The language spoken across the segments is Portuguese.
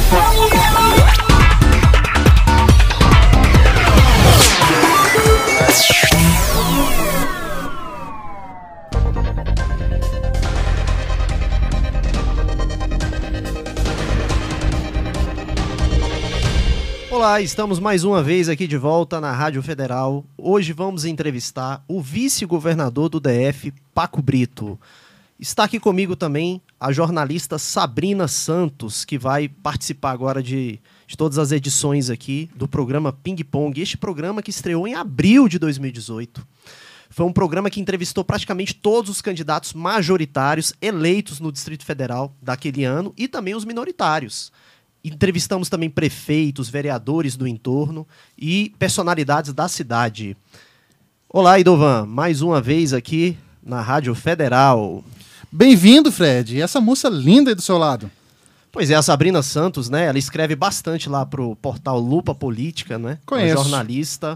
Olá, estamos mais uma vez aqui de volta na Rádio Federal. Hoje vamos entrevistar o vice-governador do DF, Paco Brito. Está aqui comigo também a jornalista Sabrina Santos, que vai participar agora de todas as edições aqui do programa Ping Pong. Este programa que estreou em abril de 2018. Foi um programa que entrevistou praticamente todos os candidatos majoritários eleitos no Distrito Federal daquele ano e também os minoritários. Entrevistamos também prefeitos, vereadores do entorno e personalidades da cidade. Olá, Idovan, mais uma vez aqui na Rádio Federal. Bem-vindo, Fred. E essa moça linda aí do seu lado? Pois é, a Sabrina Santos, né? Ela escreve bastante lá pro portal Lupa Política, né? Conheço. Uma jornalista.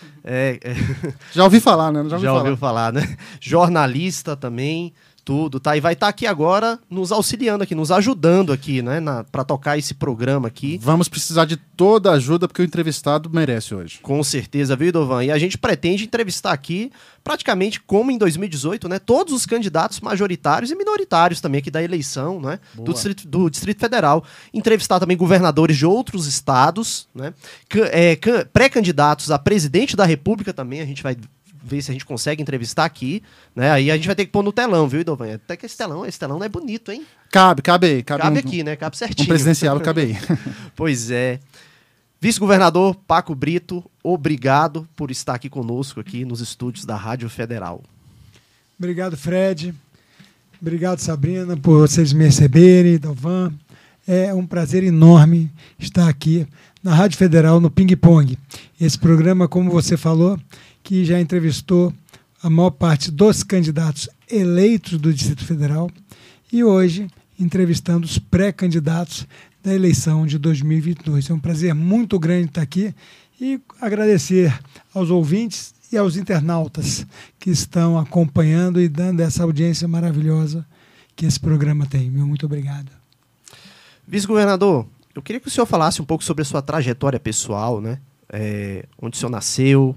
Já ouvi falar, né? Já ouviu falar, né? Jornalista também. Tudo, tá? E vai estar aqui agora nos auxiliando aqui, nos ajudando aqui, né? Para tocar esse programa aqui. Vamos precisar de toda a ajuda porque o entrevistado merece hoje. Com certeza, viu, Idovan? E a gente pretende entrevistar aqui, praticamente como em 2018, né? Todos os candidatos majoritários e minoritários também aqui da eleição, né? Do Distrito Federal. Entrevistar também governadores de outros estados, né? Pré-candidatos a presidente da República também, a gente vai ver se a gente consegue entrevistar aqui, né? Aí a gente vai ter que pôr no telão, viu, Idovan? Até que esse telão não é bonito, hein? Cabe aí. Cabe aqui, né? Cabe certinho. Um presidencial cabe aí. Pois é. Vice-governador Paco Brito, obrigado por estar aqui conosco aqui nos estúdios da Rádio Federal. Obrigado, Fred. Obrigado, Sabrina, por vocês me receberem, Idovan. É um prazer enorme estar aqui na Rádio Federal, no Ping Pong. Esse programa, como você falou, que já entrevistou a maior parte dos candidatos eleitos do Distrito Federal e hoje entrevistando os pré-candidatos da eleição de 2022. É um prazer muito grande estar aqui e agradecer aos ouvintes e aos internautas que estão acompanhando e dando essa audiência maravilhosa que esse programa tem. Meu muito obrigado. Vice-governador, eu queria que o senhor falasse um pouco sobre a sua trajetória pessoal, né? Onde o senhor nasceu,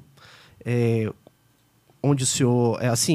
onde o senhor...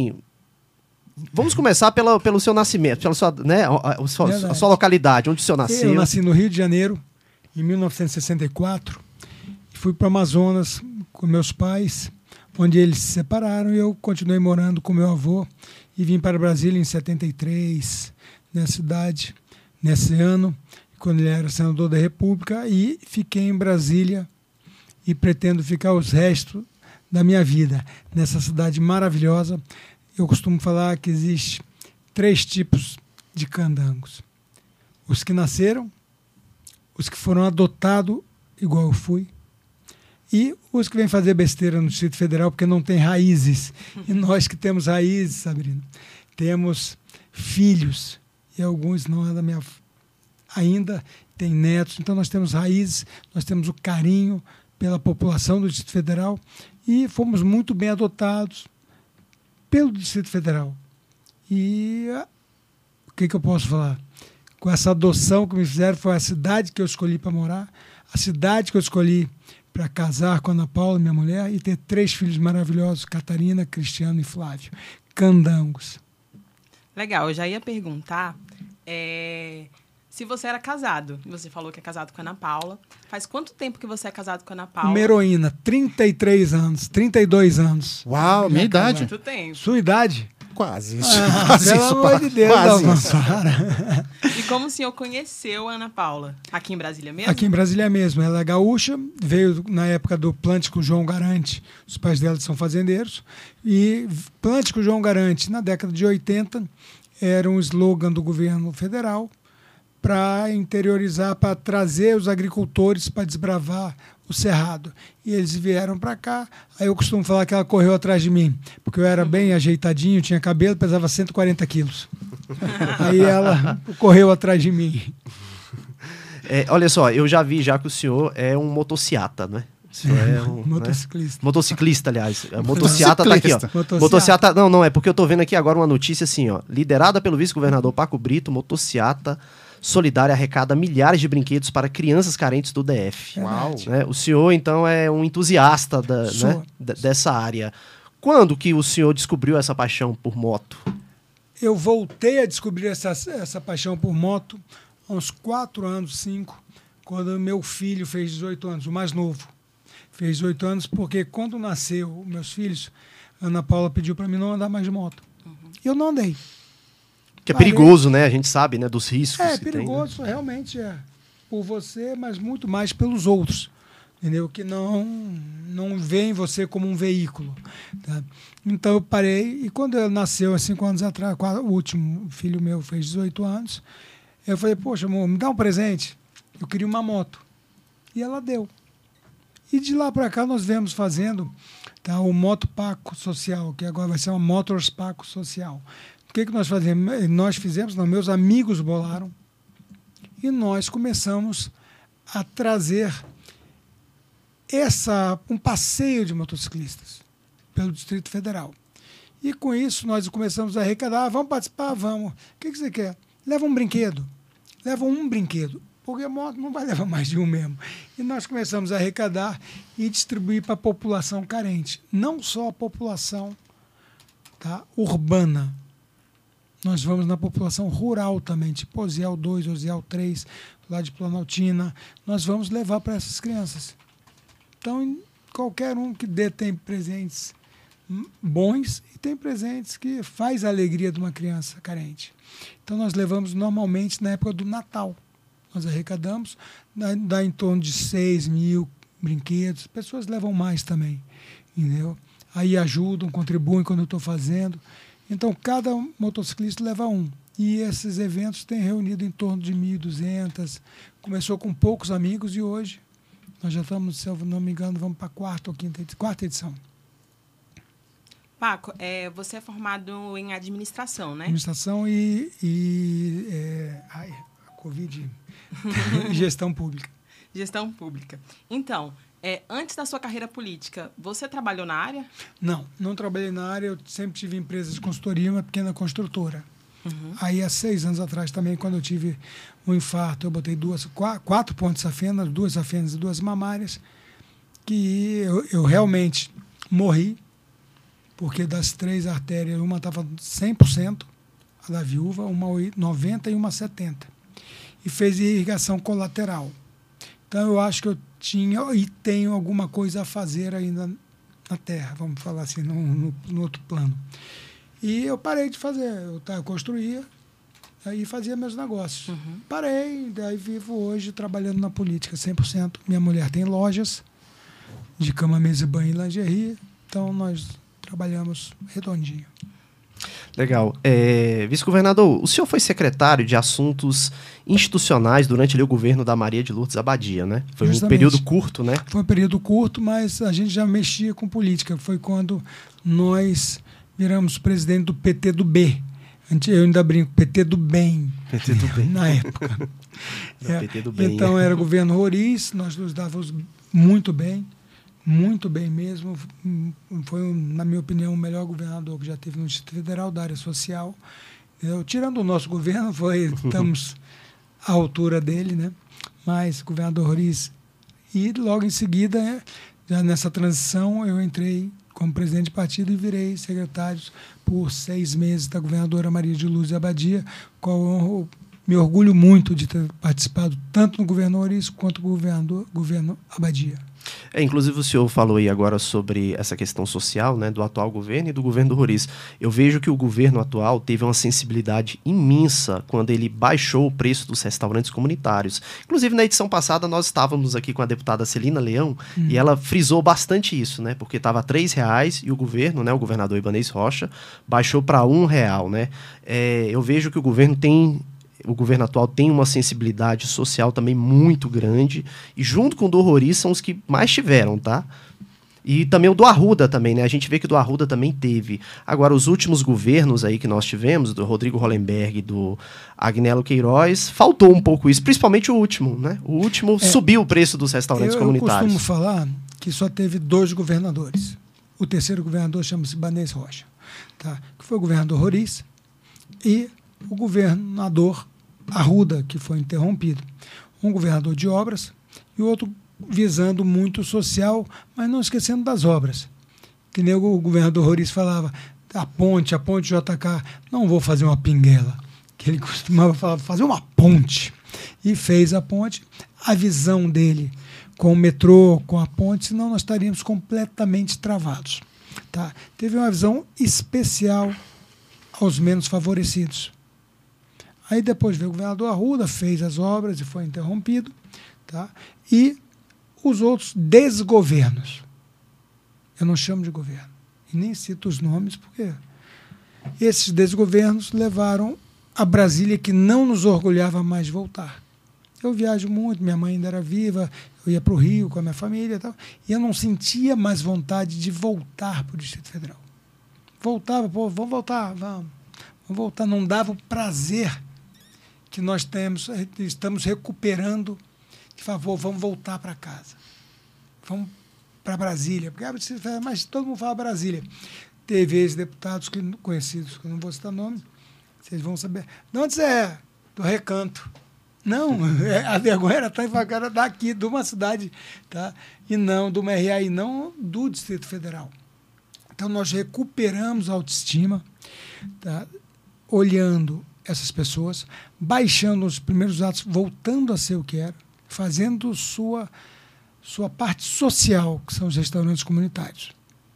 vamos começar pelo seu nascimento, pela sua, né, a sua localidade, onde o senhor nasceu. Eu nasci no Rio de Janeiro, em 1964, e fui para o Amazonas com meus pais, onde eles se separaram, e eu continuei morando com meu avô, e vim para Brasília em 73, nessa cidade, nesse ano, quando ele era senador da República, e fiquei em Brasília, e pretendo ficar os restos da minha vida nessa cidade maravilhosa. Eu costumo falar que existe 3 tipos de candangos: os que nasceram, os que foram adotados, igual eu fui, e os que vêm fazer besteira no Distrito Federal porque não tem raízes. E nós que temos raízes, Sabrina, temos filhos, e alguns não é da minha... ainda tem netos, então nós temos raízes, nós temos o carinho pela população do Distrito Federal e fomos muito bem adotados pelo Distrito Federal. E o que eu posso falar? Com essa adoção que me fizeram, foi a cidade que eu escolhi para morar, a cidade que eu escolhi para casar com a Ana Paula, minha mulher, e ter 3 filhos maravilhosos, Catarina, Cristiano e Flávio. Candangos. Legal, eu já ia perguntar se você era casado. Você falou que é casado com a Ana Paula. Faz quanto tempo que você é casado com a Ana Paula? Uma heroína, 33 anos, 32 anos. Uau, minha idade. Muito tempo. Sua idade? Quase isso. Pelo amor de Deus, quase não, isso. para. E como o senhor conheceu a Ana Paula? Aqui em Brasília mesmo? Aqui em Brasília mesmo. Ela é gaúcha, veio na época do Plântico João Garante. Os pais dela são fazendeiros. E Plântico João Garante, na década de 80, era um slogan do governo federal para interiorizar, para trazer os agricultores para desbravar o Cerrado. E eles vieram para cá. Aí eu costumo falar que ela correu atrás de mim, porque eu era bem ajeitadinho, tinha cabelo, pesava 140 quilos. Aí ela correu atrás de mim. Olha só, eu já vi que o senhor é um motociata, né? É um motociclista. Né? Motociclista, aliás. A motociata tá aqui, ó. Motociata, não, é porque eu tô vendo aqui agora uma notícia assim, ó. Liderada pelo vice-governador Paco Brito, motociata solidária arrecada milhares de brinquedos para crianças carentes do DF. Uau. Né? O senhor, então, é um entusiasta Sou. dessa área. Quando que o senhor descobriu essa paixão por moto? Eu voltei a descobrir essa paixão por moto há uns 4 anos, 5, quando meu filho fez 18 anos, o mais novo. Fez 18 anos porque quando nasceu meus filhos, a Ana Paula pediu para mim não andar mais de moto. Eu não andei. Que é perigoso, né? A gente sabe, né? Dos riscos É que perigoso, realmente é. Por você, mas muito mais pelos outros. Entendeu? Que não veem você como um veículo. Tá? Então eu parei, e quando ele nasceu, há 5 anos atrás, o último filho meu fez 18 anos, eu falei, poxa, amor, me dá um presente. Eu queria uma moto. E ela deu. E de lá para cá nós viemos fazendo, tá, o Moto Paco Social, que agora vai ser uma Motors Paco Social. O que nós fazemos? Nós fizemos, não, meus amigos bolaram, e nós começamos a trazer um passeio de motociclistas pelo Distrito Federal. E com isso nós começamos a arrecadar, vamos participar? Vamos. O que você quer? Leva um brinquedo. Leva um brinquedo. Porque a moto não vai levar mais de um mesmo. E nós começamos a arrecadar e distribuir para a população carente. Não só a população, tá, urbana. Nós vamos na população rural também, tipo Osiel 2, Osiel 3, lá de Planaltina. Nós vamos levar para essas crianças. Então, qualquer um que tem presentes bons e tem presentes que faz a alegria de uma criança carente. Então, nós levamos normalmente na época do Natal. Nós arrecadamos, dá em torno de 6 mil brinquedos. Pessoas levam mais também, entendeu? Aí ajudam, contribuem quando eu estou fazendo. Então, cada motociclista leva um. E esses eventos têm reunido em torno de 1.200. Começou com poucos amigos e hoje nós já estamos, se eu não me engano, vamos para a quarta edição. Paco, você é formado em administração, né? Administração a Covid, gestão pública. Gestão pública. Então, antes da sua carreira política, você trabalhou na área? Não trabalhei na área. Eu sempre tive empresa de consultoria, uma pequena construtora. Uhum. Aí, há 6 anos atrás também, quando eu tive um infarto, eu botei 4 pontes safenas, 2 safenas e 2 mamárias, que eu realmente morri, porque das 3 artérias, uma estava 100%, a da viúva, uma 90% e uma 70%. E fez irrigação colateral. Então, eu acho que eu tinha e tenho alguma coisa a fazer ainda na Terra, vamos falar assim, no outro plano. E eu parei de fazer. Eu construía e fazia meus negócios. Uhum. Parei, daí vivo hoje trabalhando na política 100%. Minha mulher tem lojas de cama, mesa e banho e lingerie. Então, nós trabalhamos redondinho. Legal. Vice-governador, o senhor foi secretário de Assuntos Institucionais durante ali, o governo da Maria de Lourdes Abadia, né? Foi Justamente. Um período curto, né? Foi um período curto, mas a gente já mexia com política. Foi quando nós viramos presidente do PT do B. Eu ainda brinco, PT do Bem. PT do Bem. Na época. PT do Bem. Então, era governo Roriz, nós nos dávamos muito bem mesmo. Foi, na minha opinião, o melhor governador que já teve no Distrito Federal, da área social. Tirando o nosso governo, estamos à altura dele, né? Mas o governador Roriz. E logo em seguida, já nessa transição, eu entrei como presidente de partido e virei secretário por 6 meses da governadora Maria de Lourdes Abadia, qual eu me orgulho muito de ter participado tanto no governo Roriz quanto no governo Abadia. Inclusive o senhor falou aí agora sobre essa questão social, né, do atual governo e do governo do Roriz. Eu vejo que o governo atual teve uma sensibilidade imensa quando ele baixou o preço dos restaurantes comunitários. Inclusive, na edição passada, nós estávamos aqui com a deputada Celina Leão e ela frisou bastante isso, né, porque estava R$ 3,00 e o governo, né, o governador Ibanez Rocha, baixou para R$ 1,00, né? Eu vejo que o governo atual tem uma sensibilidade social também muito grande, e junto com o do Roriz são os que mais tiveram, tá? E também o do Arruda também, né? A gente vê que o do Arruda também teve. Agora, os últimos governos aí que nós tivemos, do Rodrigo Hollenberg e do Agnello Queiroz, faltou um pouco isso, principalmente o último, né? O último subiu o preço dos restaurantes comunitários. Eu costumo falar que só teve 2 governadores. O terceiro governador chama-se Ibanez Rocha, tá? Que foi o governador Roriz e o governador Arruda, que foi interrompido. Um governador de obras e outro visando muito o social, mas não esquecendo das obras. Que nem o governador Roriz falava, a ponte JK, não vou fazer uma pinguela, que ele costumava falar, fazer uma ponte. E fez a ponte. A visão dele com o metrô, com a ponte, senão nós estaríamos completamente travados. Tá? Teve uma visão especial aos menos favorecidos. Aí depois veio o governador Arruda, fez as obras e foi interrompido. Tá? E os outros desgovernos. Eu não chamo de governo. E nem cito os nomes, porque esses desgovernos levaram a Brasília que não nos orgulhava mais de voltar. Eu viajo muito, minha mãe ainda era viva, eu ia para o Rio com a minha família e tal, e eu não sentia mais vontade de voltar para o Distrito Federal. Voltava, pô, vamos voltar, vamos voltar. Não dava o prazer que nós estamos recuperando, de favor, vamos voltar para casa. Vamos para Brasília, porque mas todo mundo fala Brasília. Teve ex-deputados conhecidos, que eu não vou citar nome, vocês vão saber. De onde você é? Do Recanto. Não, a vergonha era estar enfacada daqui, de uma cidade, tá? E não do MRA, e não do Distrito Federal. Então, nós recuperamos a autoestima, tá? Olhando essas pessoas, baixando os primeiros atos, voltando a ser o que era, fazendo sua parte social, que são os restaurantes comunitários.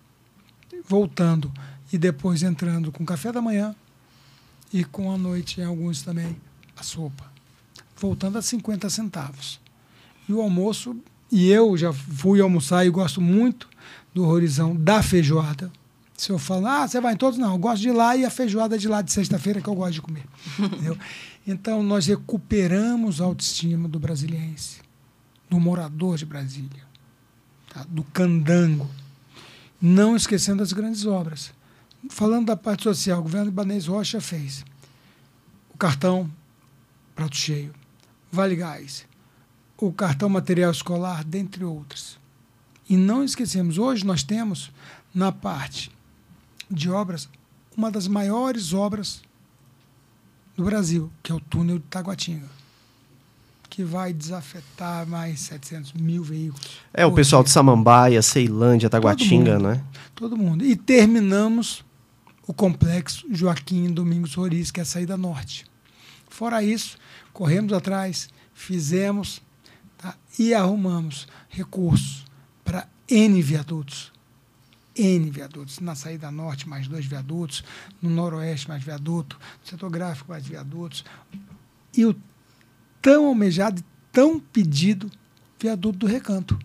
Voltando e depois entrando com café da manhã e com a noite, em alguns também, a sopa. Voltando a 50 centavos. E o almoço, e eu já fui almoçar e gosto muito do Horizão da feijoada. Se eu falar, você vai em todos? Não, eu gosto de ir lá e a feijoada de lá de sexta-feira que eu gosto de comer. Entendeu? Então, nós recuperamos a autoestima do brasiliense, do morador de Brasília, tá? Do candango, não esquecendo as grandes obras. Falando da parte social, o governo Ibanez Rocha fez o cartão Prato Cheio, Vale Gás, o cartão material escolar, dentre outros. E não esquecemos, hoje nós temos, na parte de obras, uma das maiores obras do Brasil, que é o túnel de Taguatinga, que vai desafetar mais 700 mil veículos. É, o pessoal de Samambaia, Ceilândia, Taguatinga, né? Todo mundo. E terminamos o complexo Joaquim Domingos Roriz, que é a saída norte. Fora isso, corremos atrás, fizemos, tá? E arrumamos recursos para N viadutos. N viadutos. Na saída norte, mais 2 viadutos. No noroeste, mais viaduto. No setor gráfico, mais viadutos. E o tão almejado e tão pedido viaduto do Recanto,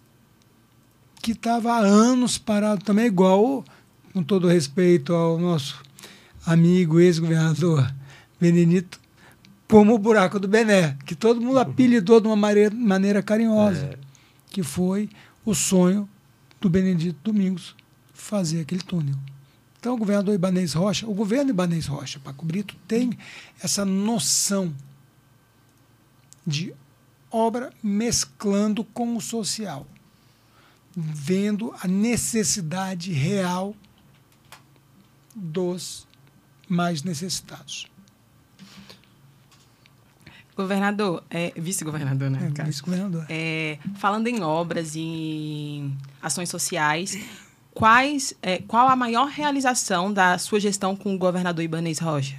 que estava há anos parado também, igual, com todo respeito ao nosso amigo ex-governador Benedito, como o buraco do Bené, que todo mundo apelidou de uma maneira carinhosa, que foi o sonho do Benedito Domingos fazer aquele túnel. Então, o governador Ibanez Rocha, o governo Ibanez Rocha, Paco Brito, tem essa noção de obra mesclando com o social, vendo a necessidade real dos mais necessitados. Governador, vice-governador, né? Vice-governador. Falando em obras e ações sociais, qual a maior realização da sua gestão com o governador Ibanez Rocha?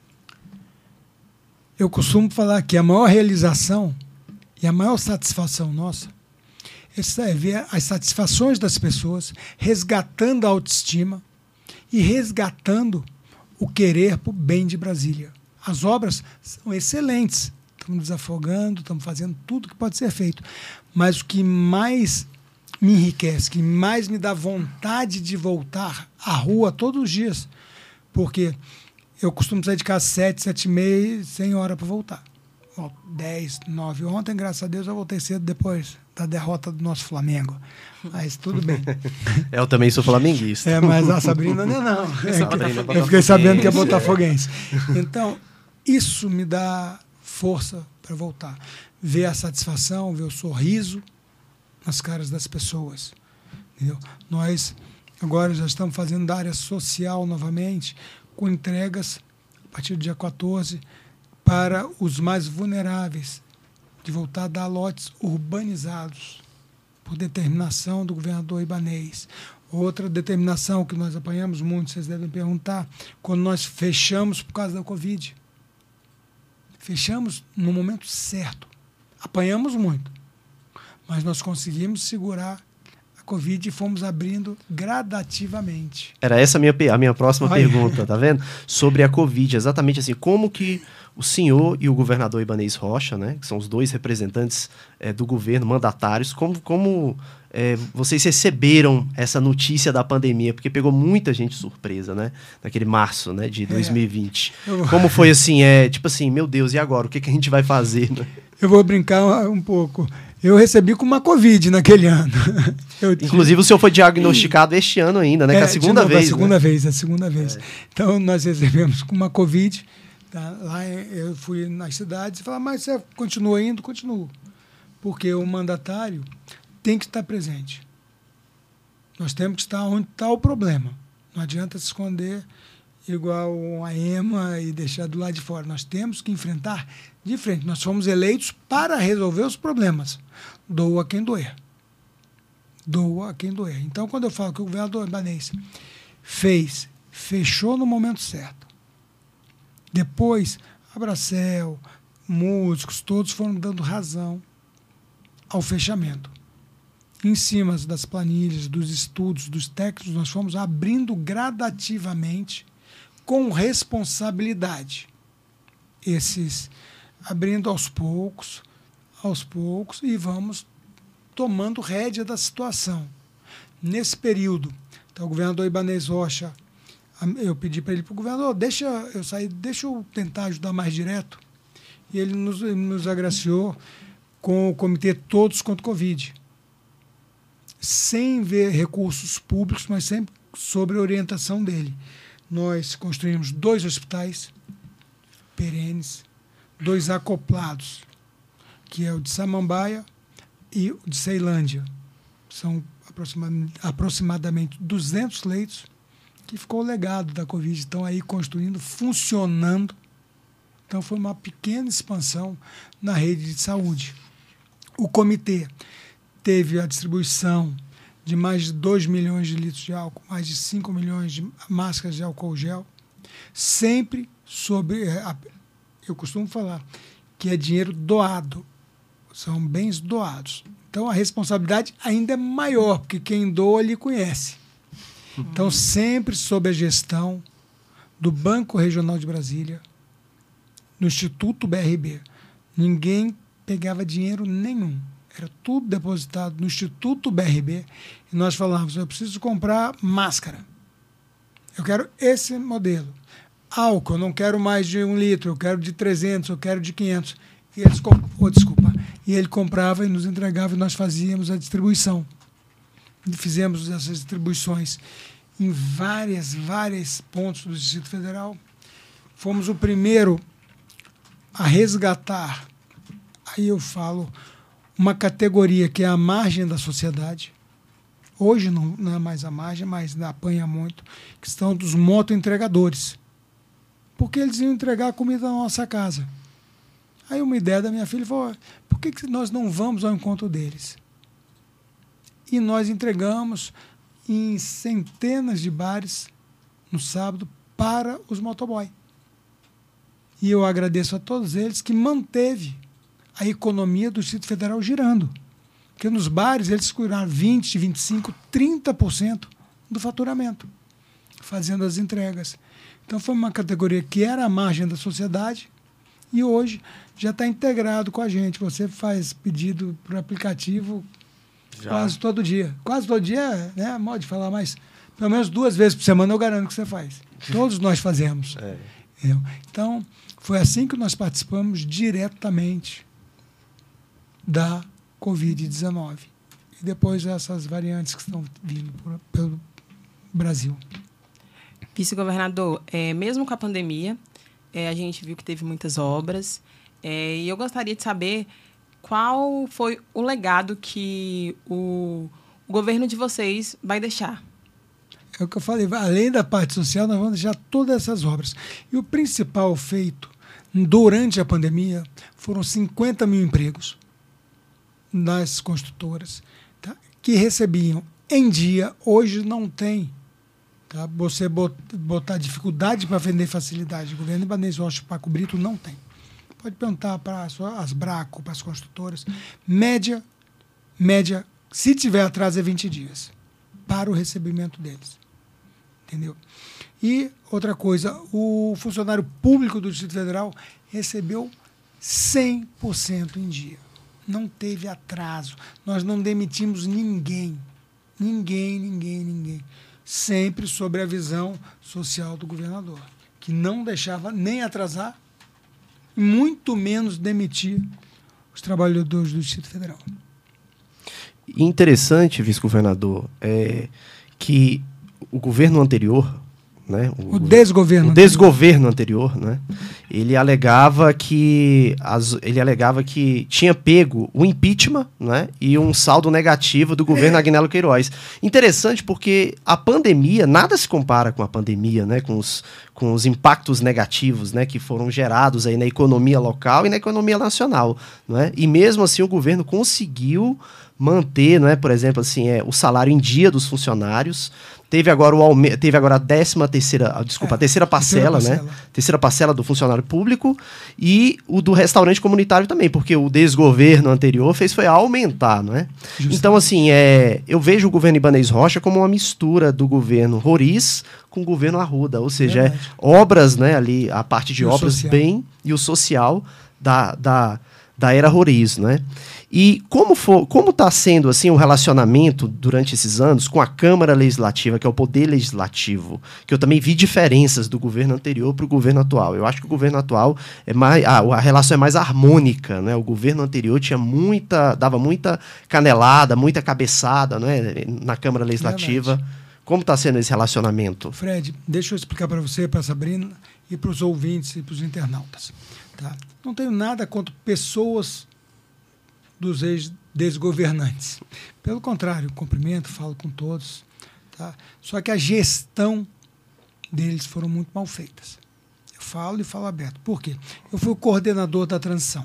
Eu costumo falar que a maior realização e a maior satisfação nossa é ver as satisfações das pessoas, resgatando a autoestima e resgatando o querer para o bem de Brasília. As obras são excelentes. Estamos desafogando, estamos fazendo tudo que pode ser feito. Mas o que mais me enriquece, que mais me dá vontade de voltar à rua todos os dias, porque eu costumo sair de casa 7, 7h30, sem hora para voltar. 10, 9. Ontem, graças a Deus, eu voltei cedo depois da derrota do nosso Flamengo. Mas tudo bem. Eu também sou flamenguista. Mas a Sabrina não. Eu fiquei sabendo que é botafoguense. Então, isso me dá força para voltar. Ver a satisfação, ver o sorriso nas caras das pessoas. Entendeu? Nós agora já estamos fazendo da área social novamente, com entregas a partir do dia 14, para os mais vulneráveis, de voltar a dar lotes urbanizados, por determinação do governador Ibanez. Outra determinação que nós apanhamos muito, vocês devem perguntar, quando nós fechamos por causa da Covid. Fechamos no momento certo. Apanhamos muito, mas nós conseguimos segurar a Covid e fomos abrindo gradativamente. Era essa a minha próxima pergunta, tá vendo? Sobre a Covid, exatamente assim, como que o senhor e o governador Ibanez Rocha, né, que são os dois representantes do governo, mandatários, como vocês receberam essa notícia da pandemia? Porque pegou muita gente surpresa, né? Naquele março, né, de 2020. Como foi assim, tipo assim, meu Deus, e agora? O que a gente vai fazer? Né? Eu vou brincar um pouco. Eu recebi com uma Covid naquele ano. Inclusive, o senhor foi diagnosticado este ano ainda, né? Que é a segunda vez. A segunda vez. Então, nós recebemos com uma Covid. Tá? Lá eu fui nas cidades e falei, mas você continua indo? Continuo. Porque o mandatário tem que estar presente. Nós temos que estar onde está o problema. Não adianta se esconder igual a EMA e deixar do lado de fora. Nós temos que enfrentar de frente. Nós fomos eleitos para resolver os problemas. Doa quem doer. Doa quem doer. Então, quando eu falo que o governador Ibanez fechou no momento certo. Depois, Abracel, músicos, todos foram dando razão ao fechamento. Em cima das planilhas, dos estudos, dos técnicos, nós fomos abrindo gradativamente com responsabilidade. Abrindo aos poucos, e vamos tomando rédea da situação. Nesse período, então, o governador Ibanez Rocha, eu pedi para ele, para o governador, deixa eu tentar ajudar mais direto. E ele nos agraciou com o comitê Todos contra o Covid. Sem ver recursos públicos, mas sempre sobre a orientação dele. Nós construímos 2 hospitais perenes, 2 acoplados, que é o de Samambaia e o de Ceilândia. São aproximadamente 200 leitos, que ficou o legado da Covid. Estão aí construindo, funcionando. Então, foi uma pequena expansão na rede de saúde. O comitê teve a distribuição de mais de 2 milhões de litros de álcool, mais de 5 milhões de máscaras de álcool gel, sempre sobre... Eu costumo falar que é dinheiro doado, são bens doados. Então, a responsabilidade ainda é maior, porque quem doa, lhe conhece. Então, sempre sob a gestão do Banco Regional de Brasília, do Instituto BRB. Ninguém pegava dinheiro nenhum. Era tudo depositado no Instituto BRB. E nós falávamos, eu preciso comprar máscara. Eu quero esse modelo. Álcool, eu não quero mais de 1 litro, eu quero de 300, eu quero de 500. E eles E ele comprava e nos entregava e nós fazíamos a distribuição. E fizemos essas distribuições em vários pontos do Distrito Federal. Fomos o primeiro a resgatar, aí eu falo, uma categoria que é a margem da sociedade. Hoje não é mais a margem, mas apanha muito, que são dos motoentregadores. Porque eles iam entregar a comida na nossa casa. Aí uma ideia da minha filha falou, por que nós não vamos ao encontro deles? E nós entregamos em centenas de bares no sábado para os motoboy. E eu agradeço a todos eles que manteve a economia do Distrito Federal girando. Porque nos bares eles seguraram 20%, 25%, 30% do faturamento, fazendo as entregas. Então foi uma categoria que era a margem da sociedade e hoje já está integrado com a gente. Você faz pedido por aplicativo quase todo dia. Quase todo dia, né? Modo de falar, mas pelo menos 2 vezes por semana eu garanto que você faz. Todos nós fazemos. Então, foi assim que nós participamos diretamente da Covid-19. E depois essas variantes que estão vindo pelo Brasil. Vice-governador, mesmo com a pandemia, a gente viu que teve muitas obras. E eu gostaria de saber qual foi o legado que o governo de vocês vai deixar. É o que eu falei, além da parte social, nós vamos deixar todas essas obras. E o principal feito Durante a pandemia, foram 50 mil empregos nas construtoras, tá? Que recebiam em dia, hoje não tem. Tá? Você botar dificuldade para vender facilidade. O governo Ibanez Rocha Paco Brito não tem. Pode perguntar para as Braco, para as construtoras. Média, se tiver atraso, é 20 dias para o recebimento deles. Entendeu? E outra coisa, o funcionário público do Distrito Federal recebeu 100% em dia. Não teve atraso. Nós não demitimos ninguém. Ninguém. Sempre sobre a visão social do governador, que não deixava nem atrasar, muito menos demitir os trabalhadores do Distrito Federal. Interessante, vice-governador, é que o governo anterior, né, o desgoverno anterior, né, ele alegava que tinha pego o impeachment, né, e um saldo negativo do governo Agnello Queiroz. Interessante porque a pandemia, nada se compara com a pandemia, né, com os impactos negativos, né, que foram gerados aí na economia local e na economia nacional, né, e mesmo assim o governo conseguiu manter, né, por exemplo, assim, o salário em dia dos funcionários. Teve agora a terceira parcela, né? Terceira parcela do funcionário público e o do restaurante comunitário também, porque o desgoverno anterior foi aumentar, não é? Justamente. Então, assim, eu vejo o governo Ibanez Rocha como uma mistura do governo Roriz com o governo Arruda, ou seja, obras, né, ali, a parte de obras bem e o social da era Roriz, né? E como está sendo assim, o relacionamento durante esses anos com a Câmara Legislativa, que é o poder legislativo, que eu também vi diferenças do governo anterior para o governo atual. Eu acho que o governo atual a relação é mais harmônica, né? O governo anterior dava muita canelada, muita cabeçada, né, na Câmara Legislativa. Verdade. Como está sendo esse relacionamento? Fred, deixa eu explicar para você, para a Sabrina, e para os ouvintes e para os internautas. Tá? Não tenho nada contra pessoas dos ex-desgovernantes. Pelo contrário, cumprimento, falo com todos. Tá? Só que a gestão deles foram muito mal feitas. Eu falo e falo aberto. Por quê? Eu fui o coordenador da transição.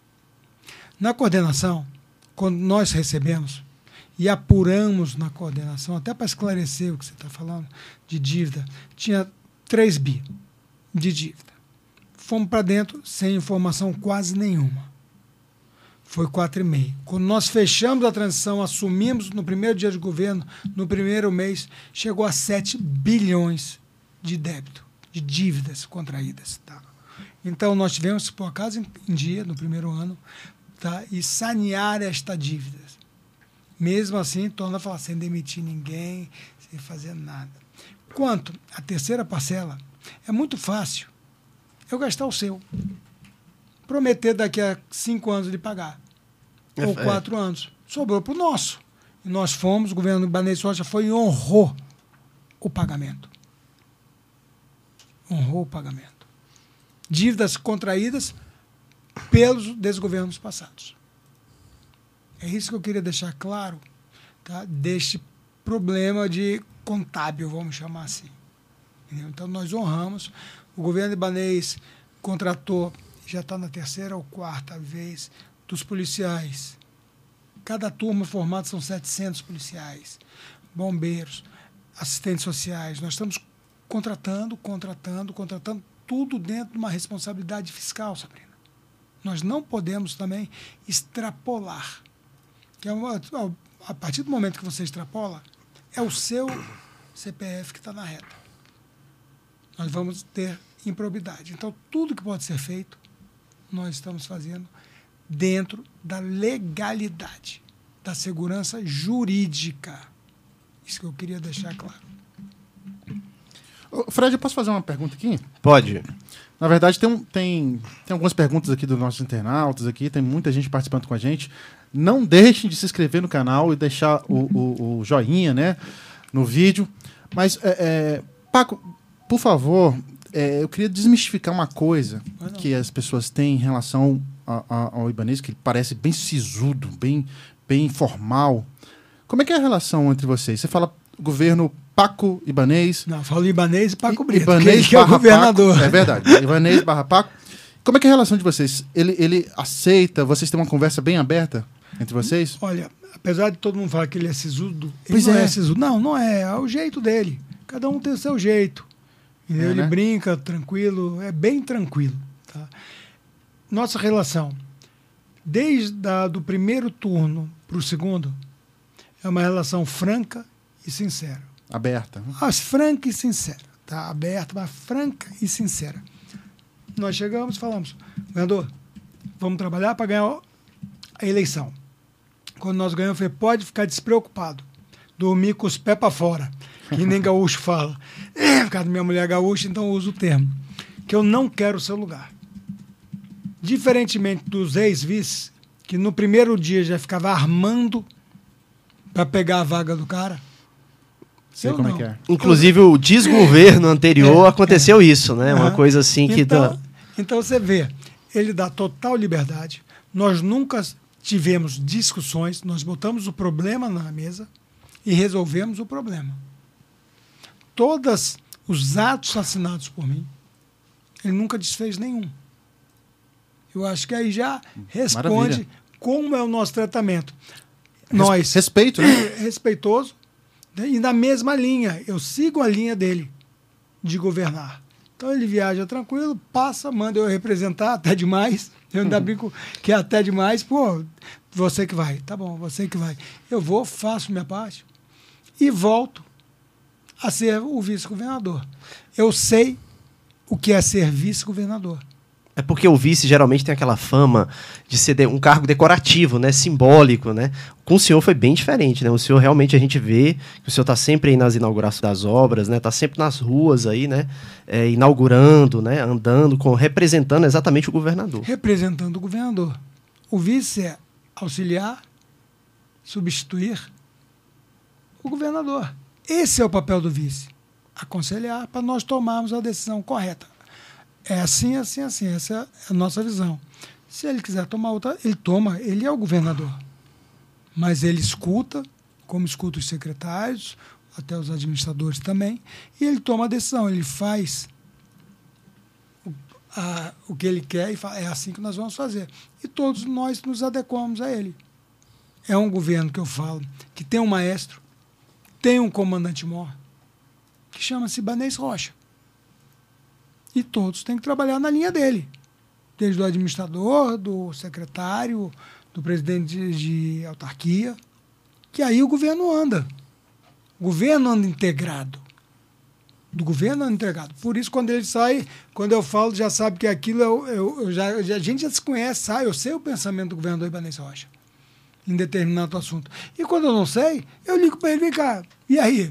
Na coordenação, quando nós recebemos e apuramos na coordenação, até para esclarecer o que você está falando de dívida, tinha 3 bi de dívida. Fomos para dentro sem informação quase nenhuma. Foi 4,5. Quando nós fechamos a transição, assumimos no primeiro dia de governo, no primeiro mês, chegou a 7 bilhões de débito, de dívidas contraídas. Tá? Então, nós tivemos que pôr a casa em dia no primeiro ano, tá? E sanear esta dívida. Mesmo assim, torna a falar, sem demitir ninguém, sem fazer nada. Quanto à terceira parcela, é muito fácil eu gastar o seu. Prometer daqui a 5 anos de pagar. Ou 4 anos. Sobrou para o nosso. E nós fomos, o governo Ibanez Rocha foi e honrou o pagamento. Honrou o pagamento. Dívidas contraídas pelos desgovernos passados. É isso que eu queria deixar claro, tá? Deste problema de contábil, vamos chamar assim. Entendeu? Então, nós honramos. O governo Ibanez contratou, já está na 3ª ou 4ª vez, dos policiais. Cada turma formada são 700 policiais, bombeiros, assistentes sociais. Nós estamos contratando, tudo dentro de uma responsabilidade fiscal, Sabrina. Nós não podemos também extrapolar. Que a partir do momento que você extrapola, é o seu CPF que está na reta. Nós vamos ter improbidade. Então, tudo que pode ser feito, nós estamos fazendo dentro da legalidade, da segurança jurídica. Isso que eu queria deixar claro. Fred, eu posso fazer uma pergunta aqui? Pode. Na verdade, tem algumas perguntas aqui dos nossos internautas aqui, tem muita gente participando com a gente. Não deixem de se inscrever no canal e deixar o joinha, né, no vídeo. Mas, Paco, por favor, eu queria desmistificar uma coisa que as pessoas têm em relação ao Ibanez, que parece bem sisudo, bem formal. Como é que é a relação entre vocês? Você fala governo Paco Ibanez... Não, eu falo Ibanez e Paco Brito, Ibanez que é o governador. Paco, é verdade. Ibanez / Paco. Como é que é a relação de vocês? Ele aceita? Vocês têm uma conversa bem aberta entre vocês? Olha, apesar de todo mundo falar que ele é sisudo, Pois ele não é. é sisudo. Não é. É o jeito dele. Cada um tem o seu jeito. Entendeu? Ele né? brinca tranquilo, é bem tranquilo. Tá? Nossa relação, desde do primeiro turno para o segundo, é uma relação franca e sincera. Aberta. Mas franca e sincera. Tá? Aberta, mas franca e sincera. Nós chegamos e falamos, governador, vamos trabalhar para ganhar a eleição. Quando nós ganhamos, eu falei, pode ficar despreocupado. Dormir com os pés para fora, que nem gaúcho fala. Por causa da minha mulher gaúcha, então eu uso o termo. Que eu não quero o seu lugar. Diferentemente dos ex-vices, que no primeiro dia já ficava armando para pegar a vaga do cara. Sei Eu como não. é que é. Inclusive, o desgoverno anterior aconteceu isso, né? Uma Aham. coisa assim que... Então você vê, ele dá total liberdade. Nós nunca tivemos discussões, nós botamos o problema na mesa e resolvemos o problema. Todos os atos assinados por mim, ele nunca desfez nenhum. Eu acho que aí já responde Maravilha. como é o nosso tratamento. Nós, Respeito, né? respeitoso, né? E na mesma linha. Eu sigo a linha dele de governar. Então ele viaja tranquilo, passa, manda eu representar, até demais. Eu ainda brinco que é até demais. Pô, você que vai. Tá bom, você que vai. Eu vou, faço minha parte e volto a ser o vice-governador. Eu sei o que é ser vice-governador. É porque o vice geralmente tem aquela fama de ser um cargo decorativo, né? Simbólico, né? Com o senhor foi bem diferente, né? O senhor realmente, a gente vê que o senhor está sempre aí nas inaugurações das obras, né? Está sempre nas ruas aí, né? Inaugurando, né? Andando, representando exatamente o governador. Representando o governador. O vice é auxiliar, substituir o governador. Esse é o papel do vice. Aconselhar para nós tomarmos a decisão correta. É assim, assim, assim. Essa é a nossa visão. Se ele quiser tomar outra, ele toma. Ele é o governador. Mas ele escuta, como escuta os secretários, até os administradores também, e ele toma a decisão. Ele faz o que ele quer e fala, é assim que nós vamos fazer. E todos nós nos adequamos a ele. É um governo que eu falo, que tem um maestro, tem um comandante-mor, que chama-se Ibanez Rocha. E todos têm que trabalhar na linha dele. Desde o administrador, do secretário, do presidente de autarquia, que aí o governo anda. O governo anda integrado. Do governo anda integrado. Por isso, quando ele sai, quando eu falo, já sabe que aquilo, a gente já se conhece, sabe? Eu sei o pensamento do governador Ibanez Rocha em determinado assunto. E quando eu não sei, eu ligo para ele, vem cá, e aí?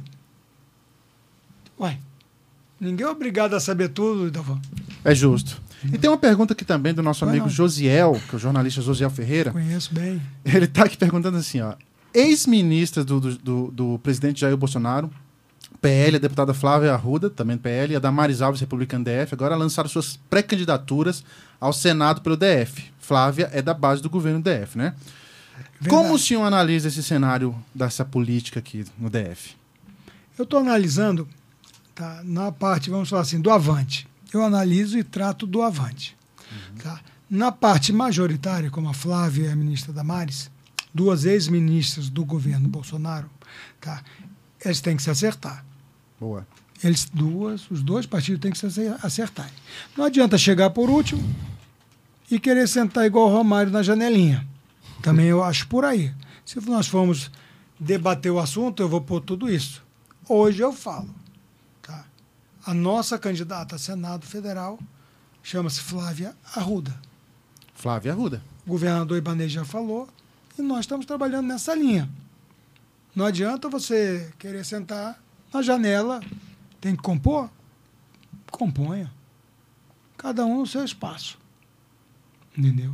Uai, ninguém é obrigado a saber tudo, Dalvan. É justo. E tem uma pergunta aqui também do nosso amigo Josiel, que é o jornalista Josiel Ferreira. Conheço bem. Ele está aqui perguntando assim, ó. Ex-ministras do presidente Jair Bolsonaro, PL, a deputada Flávia Arruda, também PL, e a Damares Alves, republicana DF, agora lançaram suas pré-candidaturas ao Senado pelo DF. Flávia é da base do governo DF, né? Verdade. Como o senhor analisa esse cenário dessa política aqui no DF? Eu estou analisando, tá, na parte, vamos falar assim, do Avante. Eu analiso e trato do Avante. Tá? Na parte majoritária, como a Flávia e a ministra Damares, duas ex-ministras do governo Bolsonaro, tá, eles têm que se acertar. Boa. Os dois partidos têm que se acertar. Não adianta chegar por último e querer sentar igual o Romário na janelinha. Também eu acho por aí. Se nós formos debater o assunto, eu vou pôr tudo isso. Hoje eu falo. Tá? A nossa candidata a Senado Federal chama-se Flávia Arruda. Flávia Arruda. O governador Ibanez já falou e nós estamos trabalhando nessa linha. Não adianta você querer sentar na janela. Tem que compor? Componha. Cada um no seu espaço. Entendeu?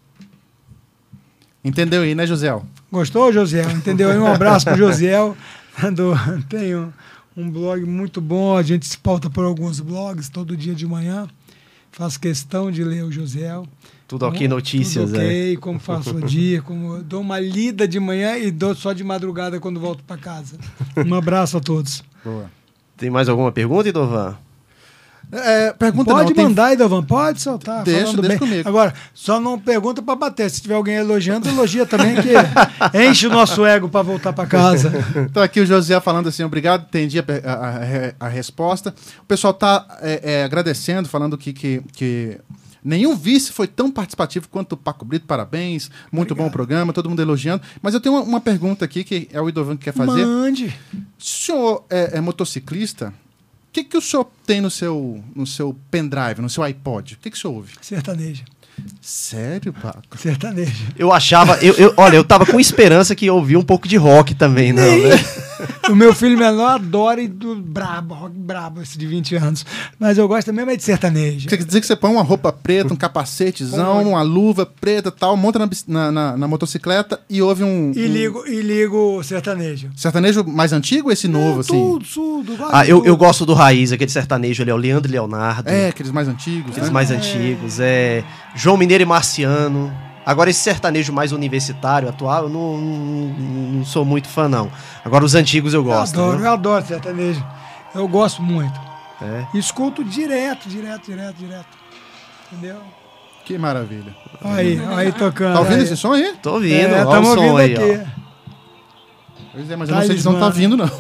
Entendeu aí, né, Josiel? Gostou, Josiel? Entendeu? Um abraço para o Josiel. Tem um blog muito bom. A gente se pauta por alguns blogs todo dia de manhã. Faço questão de ler o Josiel. Tudo ok, notícias. Tudo ok, como faço o dia, como eu dou uma lida de manhã e dou só de madrugada quando volto para casa. Um abraço a todos. Boa. Tem mais alguma pergunta, Idovan? Pergunta Pode não, mandar, Idovan, pode soltar. Deixa bem. comigo. Agora, só não pergunta para bater. Se tiver alguém elogiando, elogia também, que enche o nosso ego para voltar para casa. Então aqui o José falando assim, obrigado, entendi a resposta. O pessoal está agradecendo, falando que nenhum vice foi tão participativo quanto o Paco Brito, parabéns, muito bom o programa, todo mundo elogiando. Mas eu tenho uma pergunta aqui, que é o Idovan que quer fazer. Mande. Se o senhor é motociclista, o que o senhor tem no seu pendrive, no seu iPod? O que o senhor ouve? Sertaneja. Sério, Paco? Sertaneja. Eu achava... Olha, eu tava com esperança que eu ouvia um pouco de rock também, não, né? O meu filho menor adora e do brabo, rock brabo, esse de 20 anos. Mas eu gosto mesmo de sertaneja. Quer dizer que você põe uma roupa preta, um capacetezão, uma luva preta e tal, monta na motocicleta e ouve E ligo sertanejo. sertanejo mais antigo ou esse novo, assim? Tudo. Eu gosto do Raiz, aquele sertanejo ali, é o Leandro e Leonardo. Aqueles mais antigos, Aqueles né? mais antigos, João Mineiro e Marciano. Agora, esse sertanejo mais universitário, atual, eu não sou muito fã, não. Agora, os antigos eu gosto. Eu adoro sertanejo. Eu gosto muito. Escuto direto. Entendeu? Que maravilha. Aí tocando. Tá ouvindo esse som aí? Tô ouvindo, olha o estamos som ouvindo aí, aqui. Pois é, mas eu não sei se não tá vindo, não.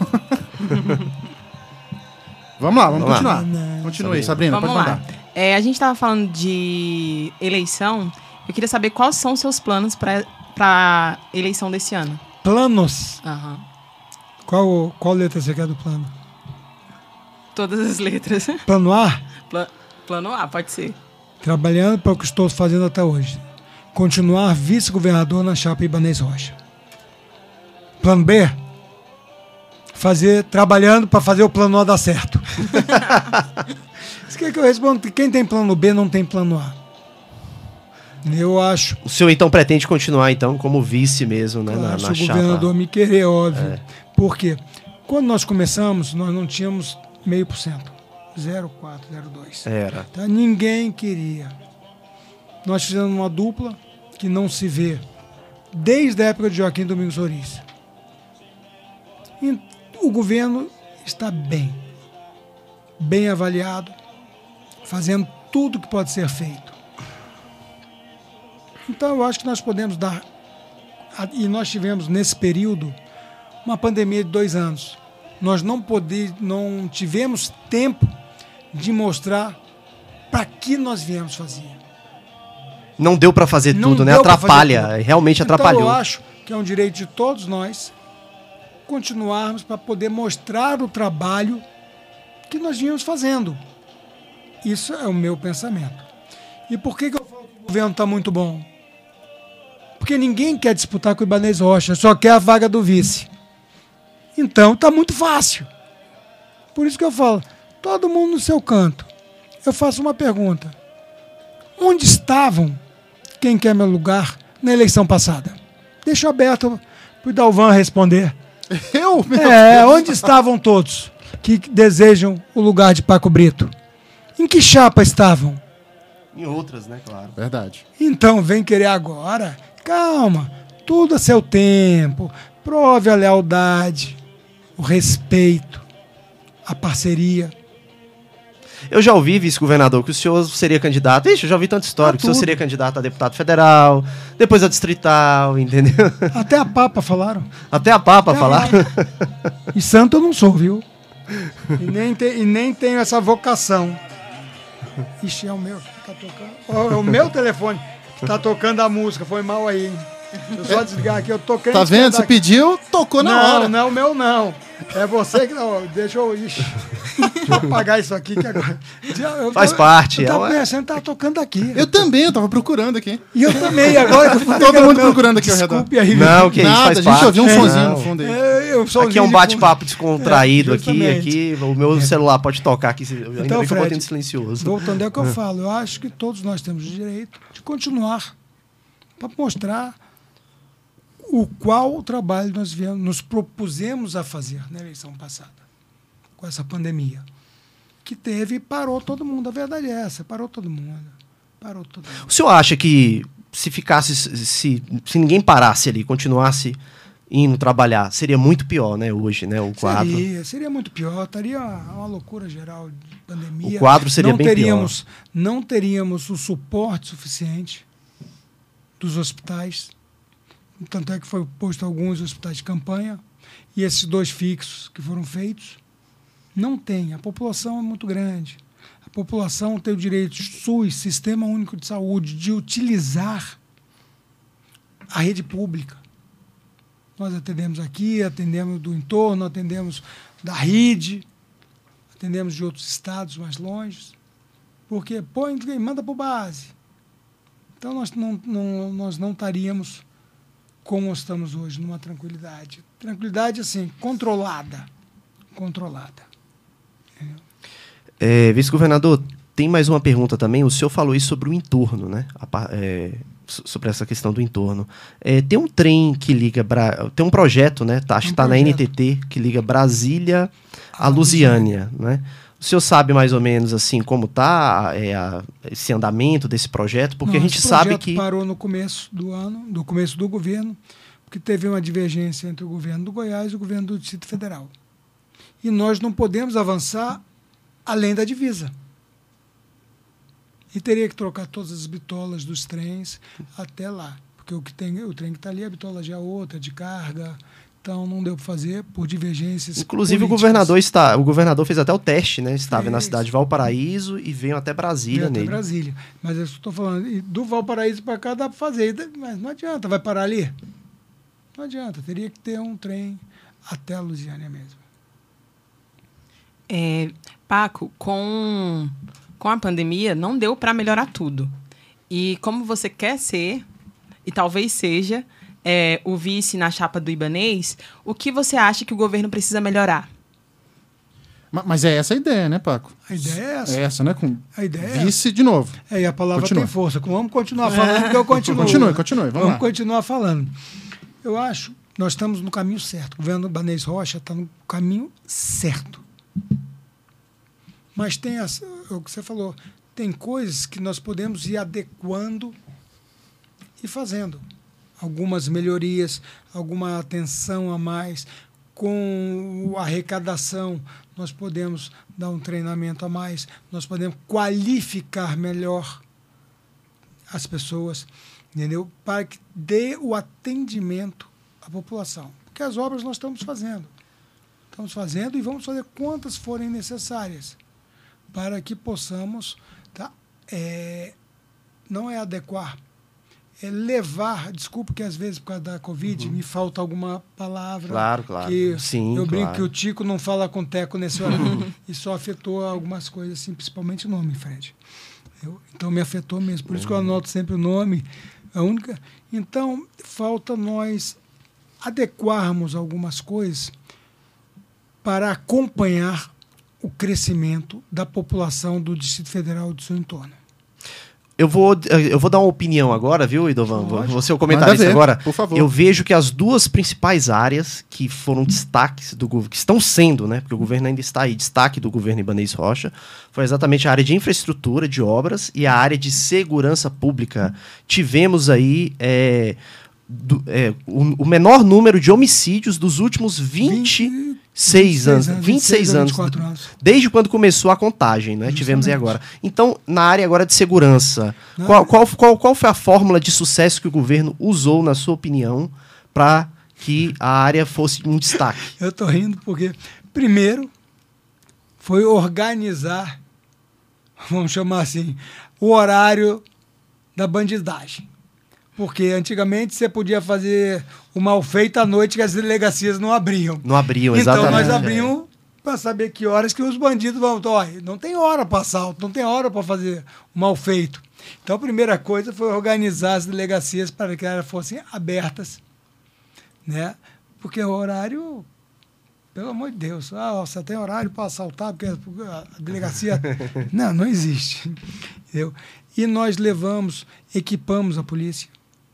Vamos lá, vamos continuar. Continue aí, Sabrina, Vamos pode lá. mandar. A gente estava falando de eleição. Eu queria saber quais são os seus planos para a eleição desse ano. Planos. Aham. Qual letra você quer do plano? Todas as letras. Plano A? Plano A, pode ser. Trabalhando para o que estou fazendo até hoje. Continuar vice-governador na chapa Ibanez Rocha. Plano B? Trabalhando para fazer o plano A dar certo. Isso que eu respondo. Quem tem plano B não tem plano A. Eu acho. O senhor, então, pretende continuar, então, como vice mesmo, né? Claro, na se o chapa. governador me querer, óbvio. Por quê? Quando nós começamos, nós não tínhamos 0,5%. 0,4, 0,2. Era. Tá? Ninguém queria. Nós fizemos uma dupla que não se vê desde a época de Joaquim Domingos Ouriça. O governo está bem avaliado, fazendo tudo que pode ser feito. Então eu acho que nós podemos dar, e nós tivemos nesse período uma pandemia de 2 anos. Nós não tivemos tempo de mostrar para que nós viemos fazer. Não deu para fazer Não tudo, né? deu pra fazer Atrapalha, tudo. realmente atrapalhou. Então eu acho que é um direito de todos nós continuarmos para poder mostrar o trabalho que nós vínhamos fazendo. Isso é o meu pensamento. E por que eu falo que o governo está muito bom? Porque ninguém quer disputar com o Ibanez Rocha, só quer a vaga do vice. Então está muito fácil. Por isso que eu falo, todo mundo no seu canto. Eu faço uma pergunta. Onde estavam quem quer meu lugar na eleição passada? Deixa aberto para o Dalvan responder. Onde estavam todos que desejam o lugar de Paco Brito? Em que chapa estavam? Em outras, né? Claro. Verdade. Então vem querer agora. Calma, tudo a seu tempo. Prove a lealdade, o respeito, a parceria. Eu já ouvi, vice-governador, que o senhor seria candidato. Ixi, eu já ouvi tanta história, que o senhor seria candidato a deputado federal, depois a distrital, entendeu? Até a Papa falaram. Até a Papa falaram. E santo eu não sou, viu? E nem tenho essa vocação. Ixi, é o meu que tá tocando. É o meu telefone que tá tocando a música. Foi mal aí, hein? Eu só desligar aqui, eu toquei. Tá vendo? Você pediu, tocou na hora. Não, o meu não. É você que não. Deixa eu apagar isso aqui que agora. Faz parte. Eu tava pensando, tava tocando aqui. Eu também, eu tava procurando aqui. E eu também, agora. Todo mundo procurando aqui ao redor. Desculpe aí. Não, que isso Nada, faz a gente parte. ouviu um sonzinho no fundo aí. Aqui é um bate-papo descontraído justamente. aqui. O meu celular pode tocar aqui. Eu ainda Então, bem que eu botei Fred, no silencioso. voltando ao que eu falo, eu acho que todos nós temos o direito de continuar para mostrar o trabalho nós nos propusemos a fazer na eleição passada, com essa pandemia, que teve e parou todo mundo. A verdade é essa, parou todo mundo. O senhor acha que se ninguém parasse ali, continuasse indo trabalhar. Seria muito pior, né, hoje, né, o quadro. Seria muito pior, estaria uma loucura geral de pandemia. O quadro seria bem pior. Não teríamos o suporte suficiente dos hospitais, tanto é que foi posto alguns hospitais de campanha, e esses 2 fixos que foram feitos, não tem. A população é muito grande. A população tem o direito, SUS, Sistema Único de Saúde, de utilizar a rede pública. Nós atendemos aqui, atendemos do entorno, atendemos da rede, atendemos de outros estados mais longe, porque manda para base. Então nós não estaríamos como estamos hoje, numa tranquilidade. Tranquilidade, assim, controlada. Vice-governador, tem mais uma pergunta também. O senhor falou isso sobre o entorno, né? Sobre essa questão do entorno. Tem um trem que liga... Tem um projeto, né? Acho que está na NTT, que liga Brasília a Lusiânia, né? O senhor sabe mais ou menos assim como está esse andamento desse projeto? Porque a gente sabe que... parou no começo do ano, no começo do governo, porque teve uma divergência entre o governo do Goiás e o governo do Distrito Federal. E nós não podemos avançar além da divisa. E teria que trocar todas as bitolas dos trens até lá. Porque o trem que está ali, a bitola já é outra, de carga. Então não deu para fazer por divergências. Inclusive políticas. o governador fez até o teste, né? Estava na cidade de Valparaíso e veio até Brasília nele. Até Brasília. Mas eu estou falando, e do Valparaíso para cá dá para fazer, mas não adianta, vai parar ali? Não adianta, teria que ter um trem até a Lusiânia mesmo. Paco, com a pandemia não deu para melhorar tudo. E como você quer ser, e talvez seja, o vice na chapa do Ibanez, o que você acha que o governo precisa melhorar? Mas é essa a ideia, né, Paco? A ideia é essa. É essa, né? A ideia é vice de novo. E a palavra Continua. tem força. Vamos continuar falando, porque eu continuo. Continue. Vamos continuar falando. Eu acho que nós estamos no caminho certo. O governo Ibanez Rocha está no caminho certo. Mas tem o que você falou, tem coisas que nós podemos ir adequando e fazendo. Algumas melhorias, alguma atenção a mais. Com a arrecadação, nós podemos dar um treinamento a mais, nós podemos qualificar melhor as pessoas, entendeu? Para que dê o atendimento à população. Porque as obras nós estamos fazendo. Estamos fazendo e vamos fazer quantas forem necessárias para que possamos, não é adequar, é levar, desculpa que às vezes por causa da Covid me falta alguma palavra. Claro. Que Sim, eu brinco claro. que o Tico não fala com teco nesse horário e só afetou algumas coisas, assim, principalmente o nome, Fred. Então me afetou mesmo, por isso que eu anoto sempre o nome. A única. Então, falta nós adequarmos algumas coisas para acompanhar o crescimento da população do Distrito Federal e do seu entorno. Eu vou dar uma opinião agora, viu, Idovan? Lógico. Você é o comentarista agora. Por favor. Eu vejo que as duas principais áreas que foram destaques do governo, que estão sendo, né, porque o governo ainda está aí, destaque do governo Ibanez Rocha, foi exatamente a área de infraestrutura, de obras e a área de segurança pública. Tivemos aí o menor número de homicídios dos últimos 26 anos. 24 anos. Desde quando começou a contagem, né? Tivemos aí agora. Então, na área agora de segurança, qual foi a fórmula de sucesso que o governo usou, na sua opinião, para que a área fosse um destaque? Eu estou rindo porque, primeiro, foi organizar, vamos chamar assim, o horário da bandidagem. Porque antigamente você podia fazer o mal feito à noite que as delegacias não abriam. Não abriam, exatamente. Então nós abrimos para saber que horas que os bandidos vão. Olha, não tem hora para assalto, não tem hora para fazer o mal feito. Então a primeira coisa foi organizar as delegacias para que elas fossem abertas, né? Porque o horário, pelo amor de Deus, você tem horário para assaltar, porque a delegacia. Não existe. Entendeu? E nós equipamos a polícia.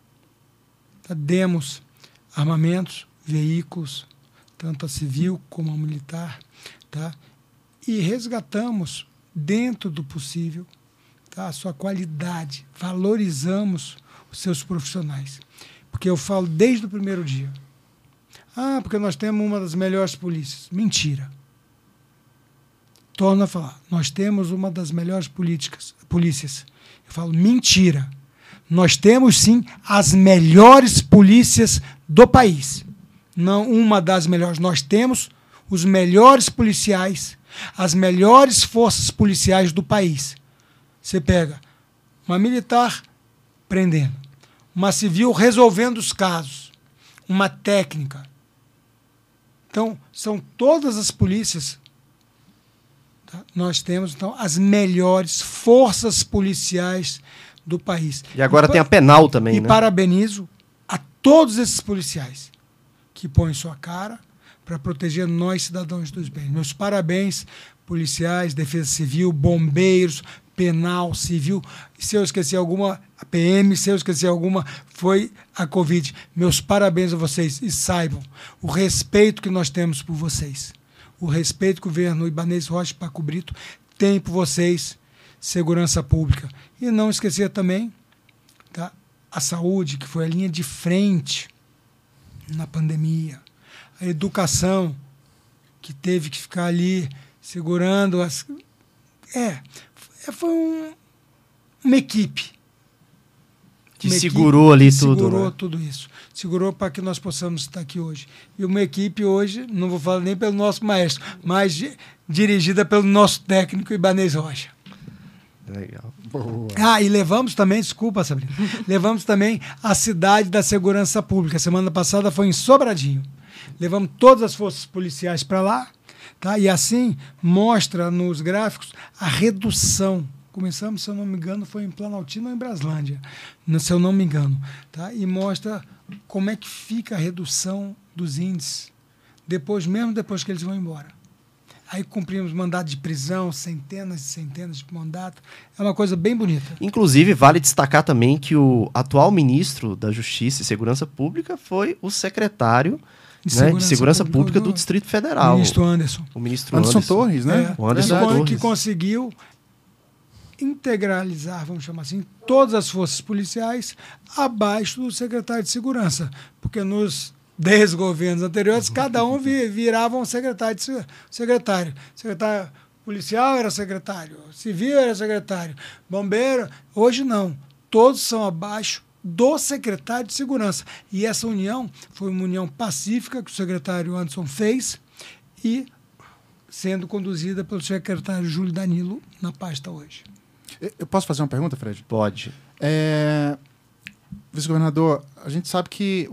Demos armamentos, veículos, tanto a civil como a militar, tá? E resgatamos, dentro do possível, tá, a sua qualidade, valorizamos os seus profissionais. Porque eu falo desde o primeiro dia. Ah, porque nós temos uma das melhores polícias. Mentira. Torno a falar. Nós temos uma das melhores polícias. Eu falo mentira. Nós temos, sim, as melhores polícias do país. Não uma das melhores. Nós temos os melhores policiais, as melhores forças policiais do país. Você pega uma militar prendendo, uma civil resolvendo os casos, uma técnica. Então, são todas as polícias. Tá? Nós temos, então, as melhores forças policiais do país. E agora tem a penal também, né? E parabenizo a todos esses policiais que põem sua cara para proteger nós, cidadãos dos bens. Meus parabéns, policiais, defesa civil, bombeiros, penal, civil. Se eu esqueci alguma, a PM, se eu esqueci alguma, foi a Covid. Meus parabéns a vocês e saibam o respeito que nós temos por vocês. O respeito que o governo Ibanez Rocha e Paco Brito tem por vocês, segurança pública. E não esquecer também, tá, a saúde, que foi a linha de frente na pandemia. A educação, que teve que ficar ali segurando as... Foi uma equipe. Que segurou ali tudo. Segurou, né? Tudo isso. Segurou para que nós possamos estar aqui hoje. E uma equipe hoje, não vou falar nem pelo nosso maestro, mas dirigida pelo nosso técnico Ibanez Rocha. Legal. Boa. Ah, e levamos também, desculpa, Sabrina, levamos também a cidade da segurança pública. Semana passada foi em Sobradinho. Levamos todas as forças policiais para lá, tá? E assim mostra nos gráficos a redução. Começamos, se eu não me engano, foi em Planaltina ou em Braslândia, se eu não me engano. Tá? E mostra como é que fica a redução dos índices, mesmo depois que eles vão embora. Aí cumprimos mandado de prisão, centenas e centenas de mandatos. É uma coisa bem bonita. Inclusive, vale destacar também que o atual ministro da Justiça e Segurança Pública foi o secretário de Segurança Pública do Distrito Federal. O ministro Anderson. O ministro Anderson Torres, né? O Anderson Torres. Que conseguiu integralizar, vamos chamar assim, todas as forças policiais abaixo do secretário de Segurança. Porque nos 10 governos anteriores, cada um virava um secretário. Secretário policial era secretário, civil era secretário, bombeiro. Hoje não. Todos são abaixo do secretário de Segurança. E essa união foi uma união pacífica que o secretário Anderson fez e sendo conduzida pelo secretário Júlio Danilo na pasta hoje. Eu posso fazer uma pergunta, Fred? Pode. Vice-governador, a gente sabe que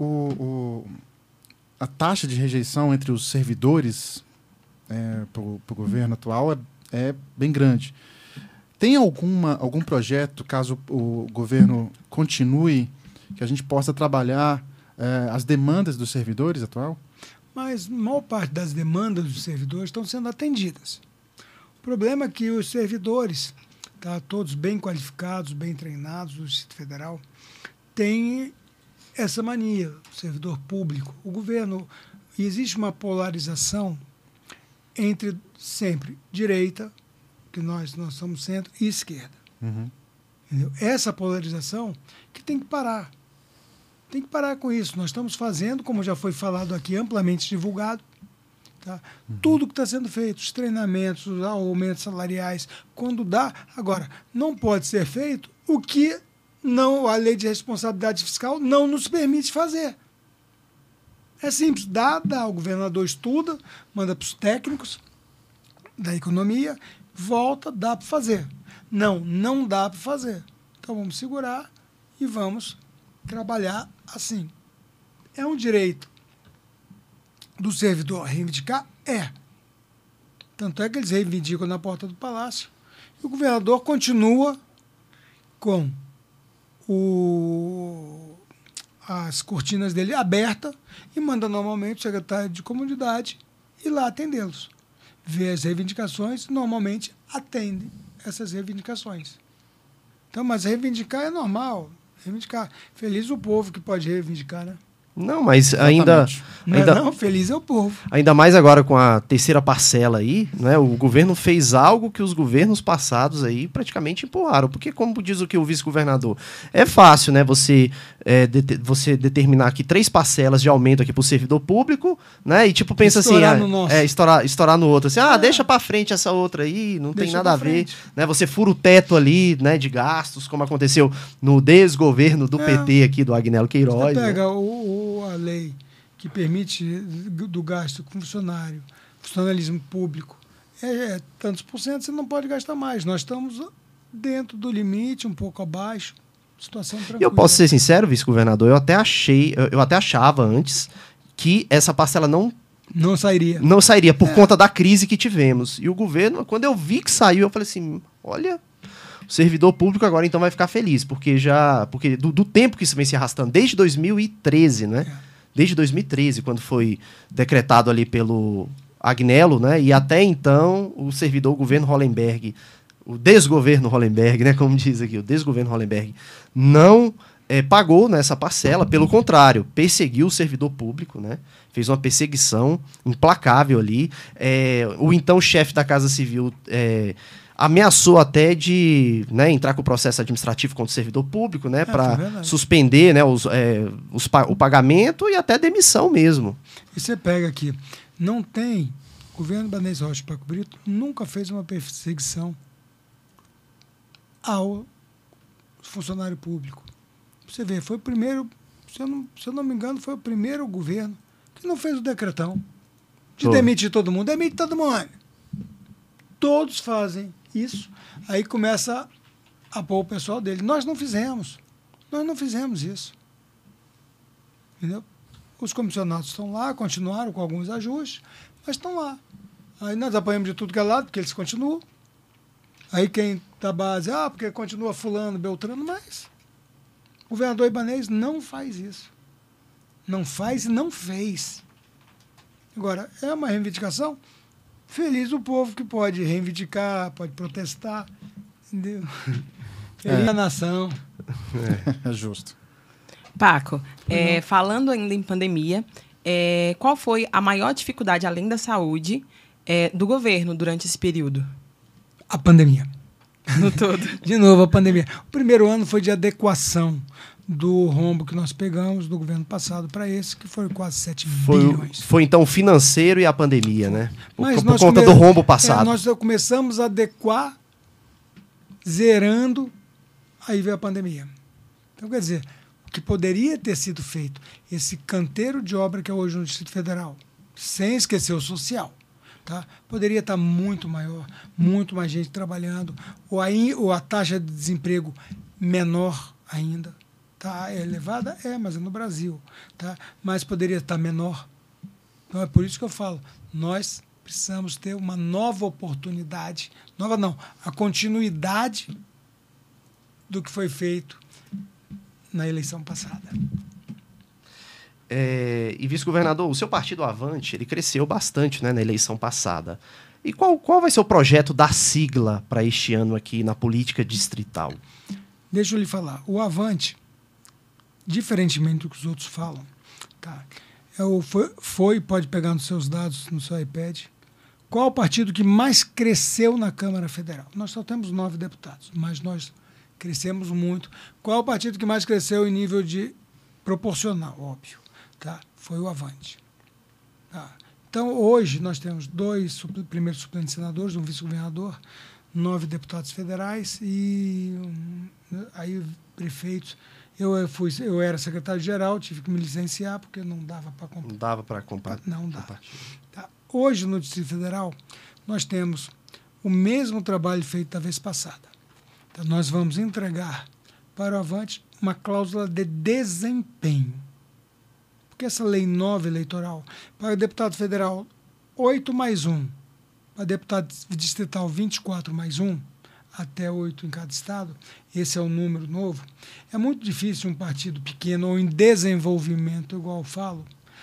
a taxa de rejeição entre os servidores para o governo atual é bem grande. Tem algum projeto, caso o governo continue, que a gente possa trabalhar as demandas dos servidores atual? Mas a maior parte das demandas dos servidores estão sendo atendidas. O problema é que os servidores, tá, todos bem qualificados, bem treinados do Distrito Federal, têm essa mania, o servidor público, o governo. E existe uma polarização entre sempre direita, que nós somos centro, e esquerda. Uhum. Entendeu? Essa polarização que tem que parar. Tem que parar com isso. Nós estamos fazendo, como já foi falado aqui, amplamente divulgado, tá? Tudo que está sendo feito, os treinamentos, os aumentos salariais, quando dá. Agora, não pode ser feito o que não, a lei de responsabilidade fiscal não nos permite fazer. É simples, dá, o governador estuda, manda para os técnicos da economia, volta, dá para fazer. Não dá para fazer. Então vamos segurar e vamos trabalhar assim. É um direito do servidor reivindicar? É. Tanto é que eles reivindicam na porta do Palácio. E o governador continua com as cortinas dele abertas e manda normalmente o secretário de comunidade ir lá atendê-los. Vê as reivindicações, normalmente atende essas reivindicações. Então, mas reivindicar é normal. Reivindicar. Feliz o povo que pode reivindicar, né? Não, mas Não, feliz é o povo. Ainda mais agora com a terceira parcela aí, né? O governo fez algo que os governos passados aí praticamente empurraram. Porque, como diz o vice-governador, é fácil, né? Você determinar aqui 3 parcelas de aumento aqui pro servidor público, né? E tipo, pensa estourar assim... no nosso. Estourar no outro. Assim, deixa pra frente essa outra aí, não tem Deixa nada a pra ver. frente. Né? Você fura o teto ali, né? De gastos, como aconteceu no desgoverno do PT aqui, do Agnello Queiroz. Você né? pega a lei que permite do gasto com funcionário, funcionalismo público, tantos por cento, você não pode gastar mais. Nós estamos dentro do limite, um pouco abaixo, situação tranquila. E eu posso ser sincero, vice-governador, eu até achava antes que essa parcela não sairia por conta da crise que tivemos. E o governo, quando eu vi que saiu, eu falei assim, olha, o servidor público agora então vai ficar feliz, porque do tempo que isso vem se arrastando, desde 2013, né? Desde 2013, quando foi decretado ali pelo Agnello, né? E até então o governo Hollenberg, o desgoverno Hollenberg, né? Como diz aqui, o desgoverno Hollenberg, não pagou nessa parcela, pelo contrário, perseguiu o servidor público, né? Fez uma perseguição implacável ali. O então chefe da Casa Civil ameaçou até de, né, entrar com o processo administrativo contra o servidor público, né, para suspender, né, o pagamento e até demissão mesmo. E você pega aqui, o governo Ibanez Rocha Paco Brito nunca fez uma perseguição ao funcionário público. Você vê, foi o primeiro, se eu não me engano, foi o primeiro governo que não fez o decretão de demitir todo mundo. Demite todo mundo. Todos fazem isso. Aí começa a pôr o pessoal dele. Nós não fizemos isso. Entendeu? Os comissionados estão lá, continuaram com alguns ajustes, mas estão lá. Aí nós apanhamos de tudo que é lado, porque eles continuam. Aí quem da base, porque continua fulano, beltrano, mas o governador Ibanez não faz isso. Não faz e não fez. Agora, é uma reivindicação? Feliz o povo que pode reivindicar, pode protestar, entendeu? Feliz a nação. É justo. Paco, falando ainda em pandemia, qual foi a maior dificuldade, além da saúde, do governo durante esse período? A pandemia. No todo. De novo, a pandemia. O primeiro ano foi de adequação do rombo que nós pegamos do governo passado para esse, que foi quase 7 bilhões. Foi então o financeiro e a pandemia, né? Mas por conta do rombo passado. Nós começamos a adequar, zerando, aí veio a pandemia. Então, quer dizer, o que poderia ter sido feito, esse canteiro de obra que é hoje no Distrito Federal, sem esquecer o social, tá? Poderia estar muito maior, muito mais gente trabalhando, ou a taxa de desemprego menor ainda. Tá, é elevada? Mas é no Brasil. Tá? Mas poderia estar menor. Então é por isso que eu falo, nós precisamos ter uma nova oportunidade, nova não, a continuidade do que foi feito na eleição passada. E vice-governador, o seu partido Avante, ele cresceu bastante, né, na eleição passada. E qual vai ser o projeto da sigla para este ano aqui na política distrital? Deixa eu lhe falar. O Avante, diferentemente do que os outros falam, tá? Pode pegar nos seus dados, no seu iPad, qual o partido que mais cresceu na Câmara Federal? Nós só temos 9 deputados, mas nós crescemos muito. Qual o partido que mais cresceu em nível de proporcional? Óbvio, tá? Foi o Avante. Tá? Então, hoje, nós temos 2 primeiros suplentes senadores, um vice-governador, 9 deputados federais e aí prefeitos. Eu era secretário-geral, tive que me licenciar porque não dava para comprar. Não dava para comprar? Não dava. Tá. Hoje, no Distrito Federal, nós temos o mesmo trabalho feito da vez passada. Então, nós vamos entregar para o Avante uma cláusula de desempenho. Porque essa lei nova eleitoral, para o deputado federal, 8 mais 1, para deputado distrital, 24 mais 1, até 8 em cada estado, esse é o número novo. É muito difícil um partido pequeno ou em desenvolvimento, igual eu falo,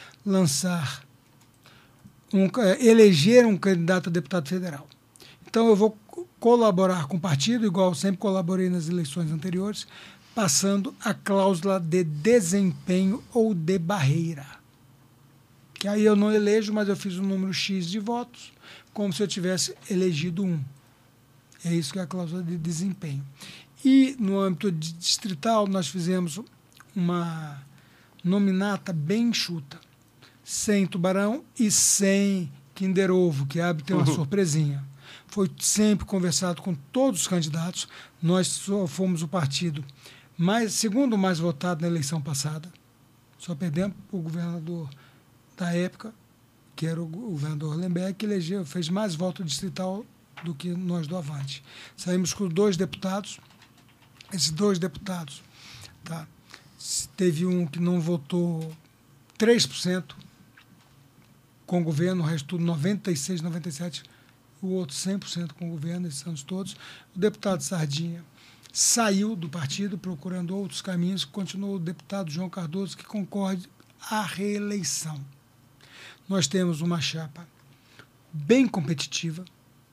eleger um candidato a deputado federal. Então eu vou colaborar com o partido, igual sempre colaborei nas eleições anteriores, passando a cláusula de desempenho ou de barreira. Que aí eu não elejo, mas eu fiz um número X de votos, como se eu tivesse elegido um. É isso que é a cláusula de desempenho. E, no âmbito distrital, nós fizemos uma nominata bem enxuta, sem Tubarão e sem Kinder Ovo, que abre tem uma surpresinha. Foi sempre conversado com todos os candidatos. Nós só fomos o partido segundo mais votado na eleição passada. Só perdemos o governador da época, que era o governador Lemberg, que fez mais voto distrital do que nós do Avante. Saímos com 2 deputados. Esses 2 deputados, tá? Teve um que não votou 3% com o governo, o resto tudo 96%, 97%, o outro 100% com o governo, esses anos todos. O deputado Sardinha saiu do partido procurando outros caminhos, continuou o deputado João Cardoso, que concorre à reeleição. Nós temos uma chapa bem competitiva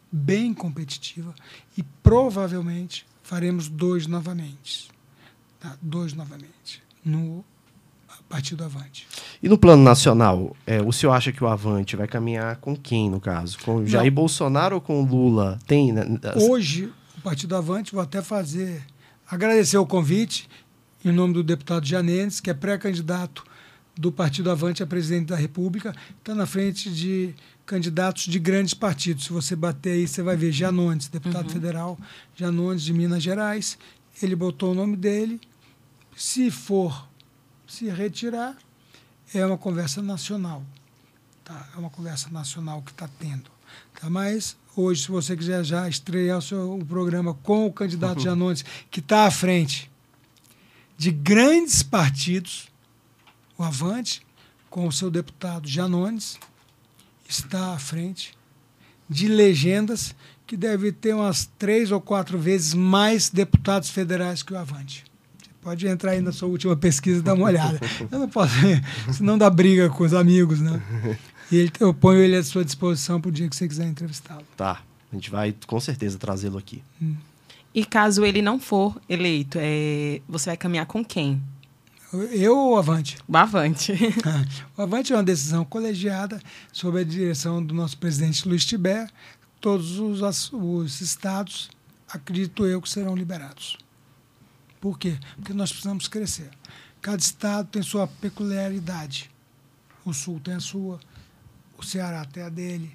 e provavelmente faremos 2 novamente. Tá? 2 novamente no Partido Avante. E no plano nacional, o senhor acha que o Avante vai caminhar com quem, no caso? Com Jair Bolsonaro ou com Lula? Tem, né? Hoje, o Partido Avante, vou até agradecer o convite, em nome do deputado Janendes, que é pré-candidato do Partido Avante a presidente da República, está na frente de candidatos de grandes partidos. Se você bater aí, você vai ver Janones, deputado federal, Janones de Minas Gerais. Ele botou o nome dele. Se retirar, é uma conversa nacional. Tá? É uma conversa nacional que está tendo. Tá? Mas hoje, se você quiser já estrear o programa com o candidato Janones, que está à frente de grandes partidos, o Avante, com o seu deputado Janones, está à frente de legendas que deve ter umas 3 ou 4 vezes mais deputados federais que o Avante. Você pode entrar aí na sua última pesquisa e dar uma olhada. Eu não posso, senão dá briga com os amigos, né? E eu ponho ele à sua disposição para o dia que você quiser entrevistá-lo. Tá, a gente vai com certeza trazê-lo aqui. E caso ele não for eleito, você vai caminhar com quem? Eu ou o Avante? O Avante. O Avante é uma decisão colegiada sob a direção do nosso presidente Luiz Tiber. Todos os estados, acredito eu, que serão liberados. Por quê? Porque nós precisamos crescer. Cada estado tem sua peculiaridade. O Sul tem a sua, o Ceará tem a dele,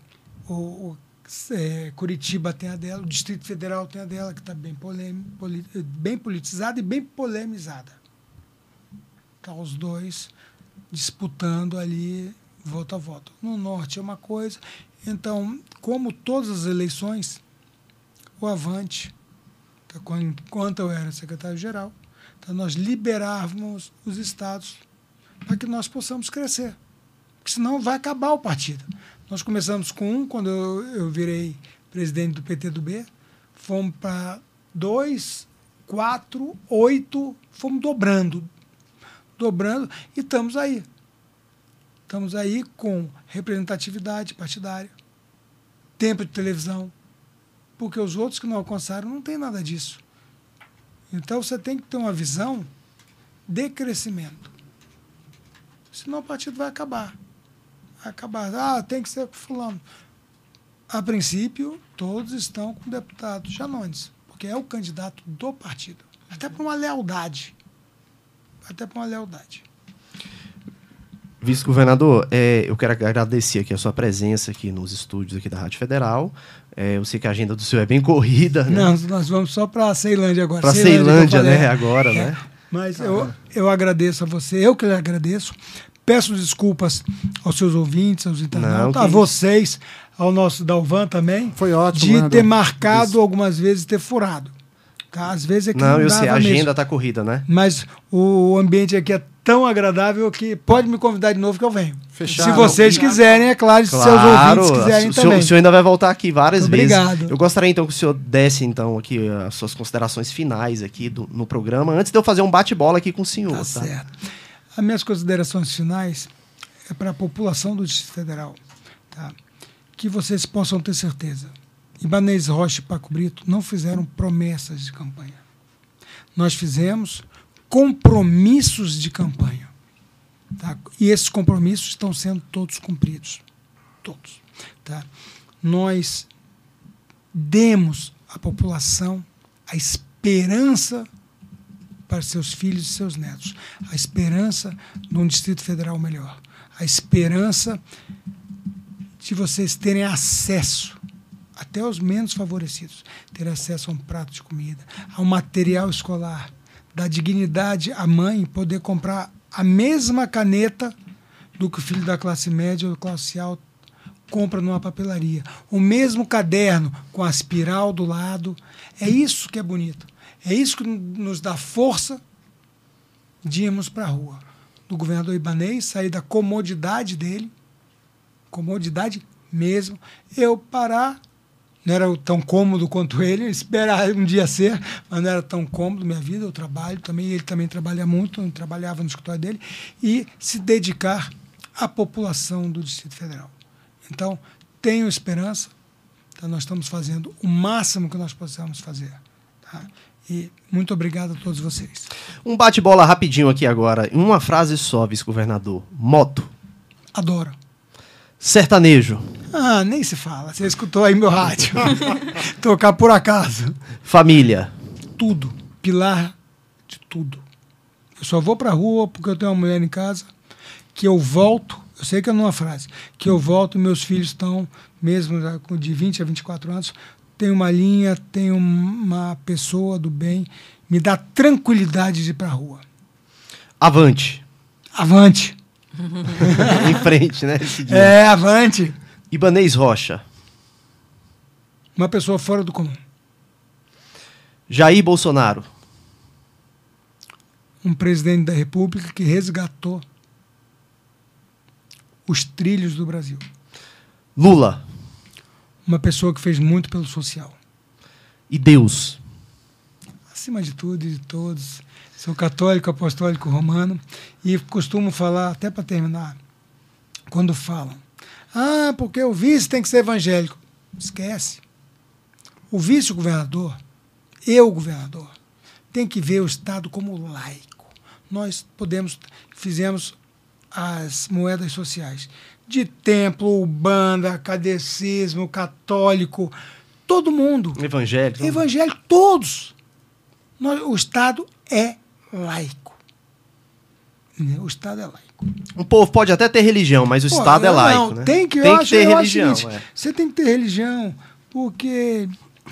Curitiba tem a dela, o Distrito Federal tem a dela, que está bem politizada e bem polemizada. Estão os dois disputando ali voto a voto. No Norte é uma coisa. Então, como todas as eleições, o Avante, enquanto eu era secretário-geral, então nós liberávamos os estados para que nós possamos crescer. Porque senão vai acabar o partido. Nós começamos com 1, quando eu virei presidente do PTdoB, fomos para 2, 4, 8, fomos dobrando e estamos aí. Estamos aí com representatividade partidária, tempo de televisão, porque os outros que não alcançaram não tem nada disso. Então você tem que ter uma visão de crescimento. Senão o partido vai acabar. Vai acabar. Tem que ser com fulano. A princípio, todos estão com o deputado Janones, porque é o candidato do partido. Até por uma lealdade. Vice-governador, eu quero agradecer aqui a sua presença aqui nos estúdios aqui da Rádio Federal. Eu sei que a agenda do senhor é bem corrida. Né? Não, nós vamos só para a Ceilândia agora. Para a Ceilândia, né? Agora, né? Mas eu agradeço a você, eu que lhe agradeço. Peço desculpas aos seus ouvintes, aos internautas, a vocês, ao nosso Dalvan também. Foi ótimo, de ter marcado algumas vezes e ter furado. Tá? Às vezes é que não eu sei, a agenda está corrida, né? Mas o ambiente aqui é tão agradável que pode me convidar de novo que eu venho. Fechado. Se vocês quiserem, é claro, se seus ouvintes quiserem também. O senhor ainda vai voltar aqui várias vezes. Obrigado. Eu gostaria então que o senhor desse então aqui as suas considerações finais aqui no programa, antes de eu fazer um bate-bola aqui com o senhor. Tá certo. As minhas considerações finais é para a população do Distrito Federal, tá? Que vocês possam ter certeza. Ibanez Rocha e Paco Brito não fizeram promessas de campanha. Nós fizemos compromissos de campanha. Tá? E esses compromissos estão sendo todos cumpridos. Todos. Tá? Nós demos à população a esperança para seus filhos e seus netos, a esperança de um Distrito Federal melhor, a esperança de vocês terem acesso, até os menos favorecidos, ter acesso a um prato de comida, a um material escolar, dar dignidade à mãe poder comprar a mesma caneta do que o filho da classe média ou classe alta compra numa papelaria. O mesmo caderno com a espiral do lado. É isso que é bonito. É isso que nos dá força de irmos para a rua. Do governador Ibanez, sair da comodidade dele, comodidade mesmo, eu parar, não era tão cômodo quanto ele, esperar um dia ser, mas não era tão cômodo minha vida, eu trabalho também, ele também trabalha muito, eu trabalhava no escritório dele, e se dedicar à população do Distrito Federal. Então, tenho esperança, tá? Nós estamos fazendo o máximo que nós possamos fazer. Tá? E muito obrigado a todos vocês. Um bate-bola rapidinho aqui agora. Em uma frase só, vice-governador. Moto. Adoro. Sertanejo. Ah, nem se fala. Você escutou aí meu rádio. Tocar por acaso. Família. Tudo. Pilar de tudo. Eu só vou pra rua porque eu tenho uma mulher em casa, que eu volto, eu sei que é numa frase, que eu volto, meus filhos estão, mesmo de 20 a 24 anos, tem uma linha, tem uma pessoa do bem, me dá tranquilidade de ir pra rua. Avante. Avante. Em frente, né? Avante. Ibanez Rocha. Uma pessoa fora do comum. Jair Bolsonaro. Um presidente da República que resgatou os trilhos do Brasil. Lula. Uma pessoa que fez muito pelo social. E Deus. Acima de tudo e de todos. Sou católico, apostólico, romano e costumo falar, até para terminar, quando falam, porque o vice tem que ser evangélico. Esquece. O vice-governador, governador, tem que ver o Estado como laico. Nós fizemos as moedas sociais de templo, umbanda, catecismo, católico, todo mundo. Evangélico. Evangélico, todos. O Estado é laico. O Estado é laico. Um povo pode até ter religião, mas o Estado é laico. Não, né? Tem que ter religião. Você tem que ter religião, porque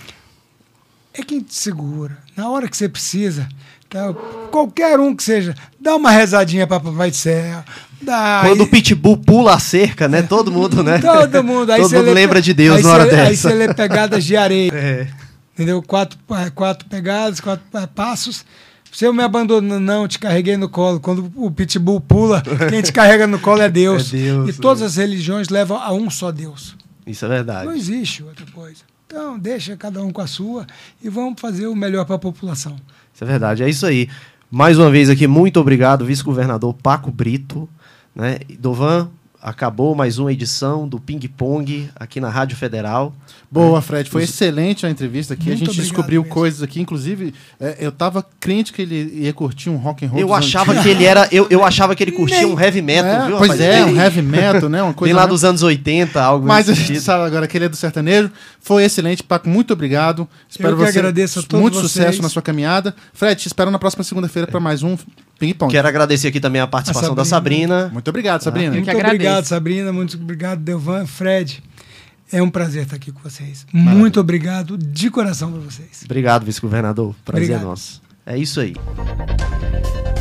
é quem te segura. Na hora que você precisa, tá, qualquer um que seja, dá uma rezadinha para Papai do Céu. Quando o pitbull pula a cerca, né? Todo mundo, né? Todo mundo. Aí todo mundo lembra de Deus na hora dessa. Aí você lê pegadas de areia. Entendeu? 4 pegadas, 4 passos. Se eu me abandono, não, te carreguei no colo. Quando o pitbull pula, quem te carrega no colo é Deus. É Deus, e todas as religiões levam a um só Deus. Isso é verdade. Não existe outra coisa. Então, deixa cada um com a sua e vamos fazer o melhor para a população. Isso é verdade, é isso aí. Mais uma vez aqui, muito obrigado, vice-governador Paco Brito. Né? Dovan, acabou mais uma edição do Ping Pong aqui na Rádio Federal. Boa, Fred. Foi excelente a entrevista aqui. Muito a gente descobriu mesmo. Coisas aqui. Inclusive, eu tava crente que ele ia curtir um rock and roll. Eu achava que ele eu achava que ele curtia um heavy metal, viu? Pois rapaz? um heavy metal, né? Uma coisa Vem lá dos anos 80, algo Mas a nesse gente sentido. sabe agora que ele é do sertanejo. Foi excelente, Paco. Muito obrigado. Espero que você agradeço a todos muito vocês. sucesso na sua caminhada. Fred, te espero na próxima segunda-feira para mais um Ping Pong. Quero agradecer aqui também a participação da Sabrina. Muito obrigado, Sabrina. Muito agradeço. obrigado, Sabrina. Muito obrigado, Delvan, Fred. É um prazer estar aqui com vocês. Muito obrigado de coração para vocês. Obrigado, vice-governador. Prazer Obrigado. nosso. É isso aí.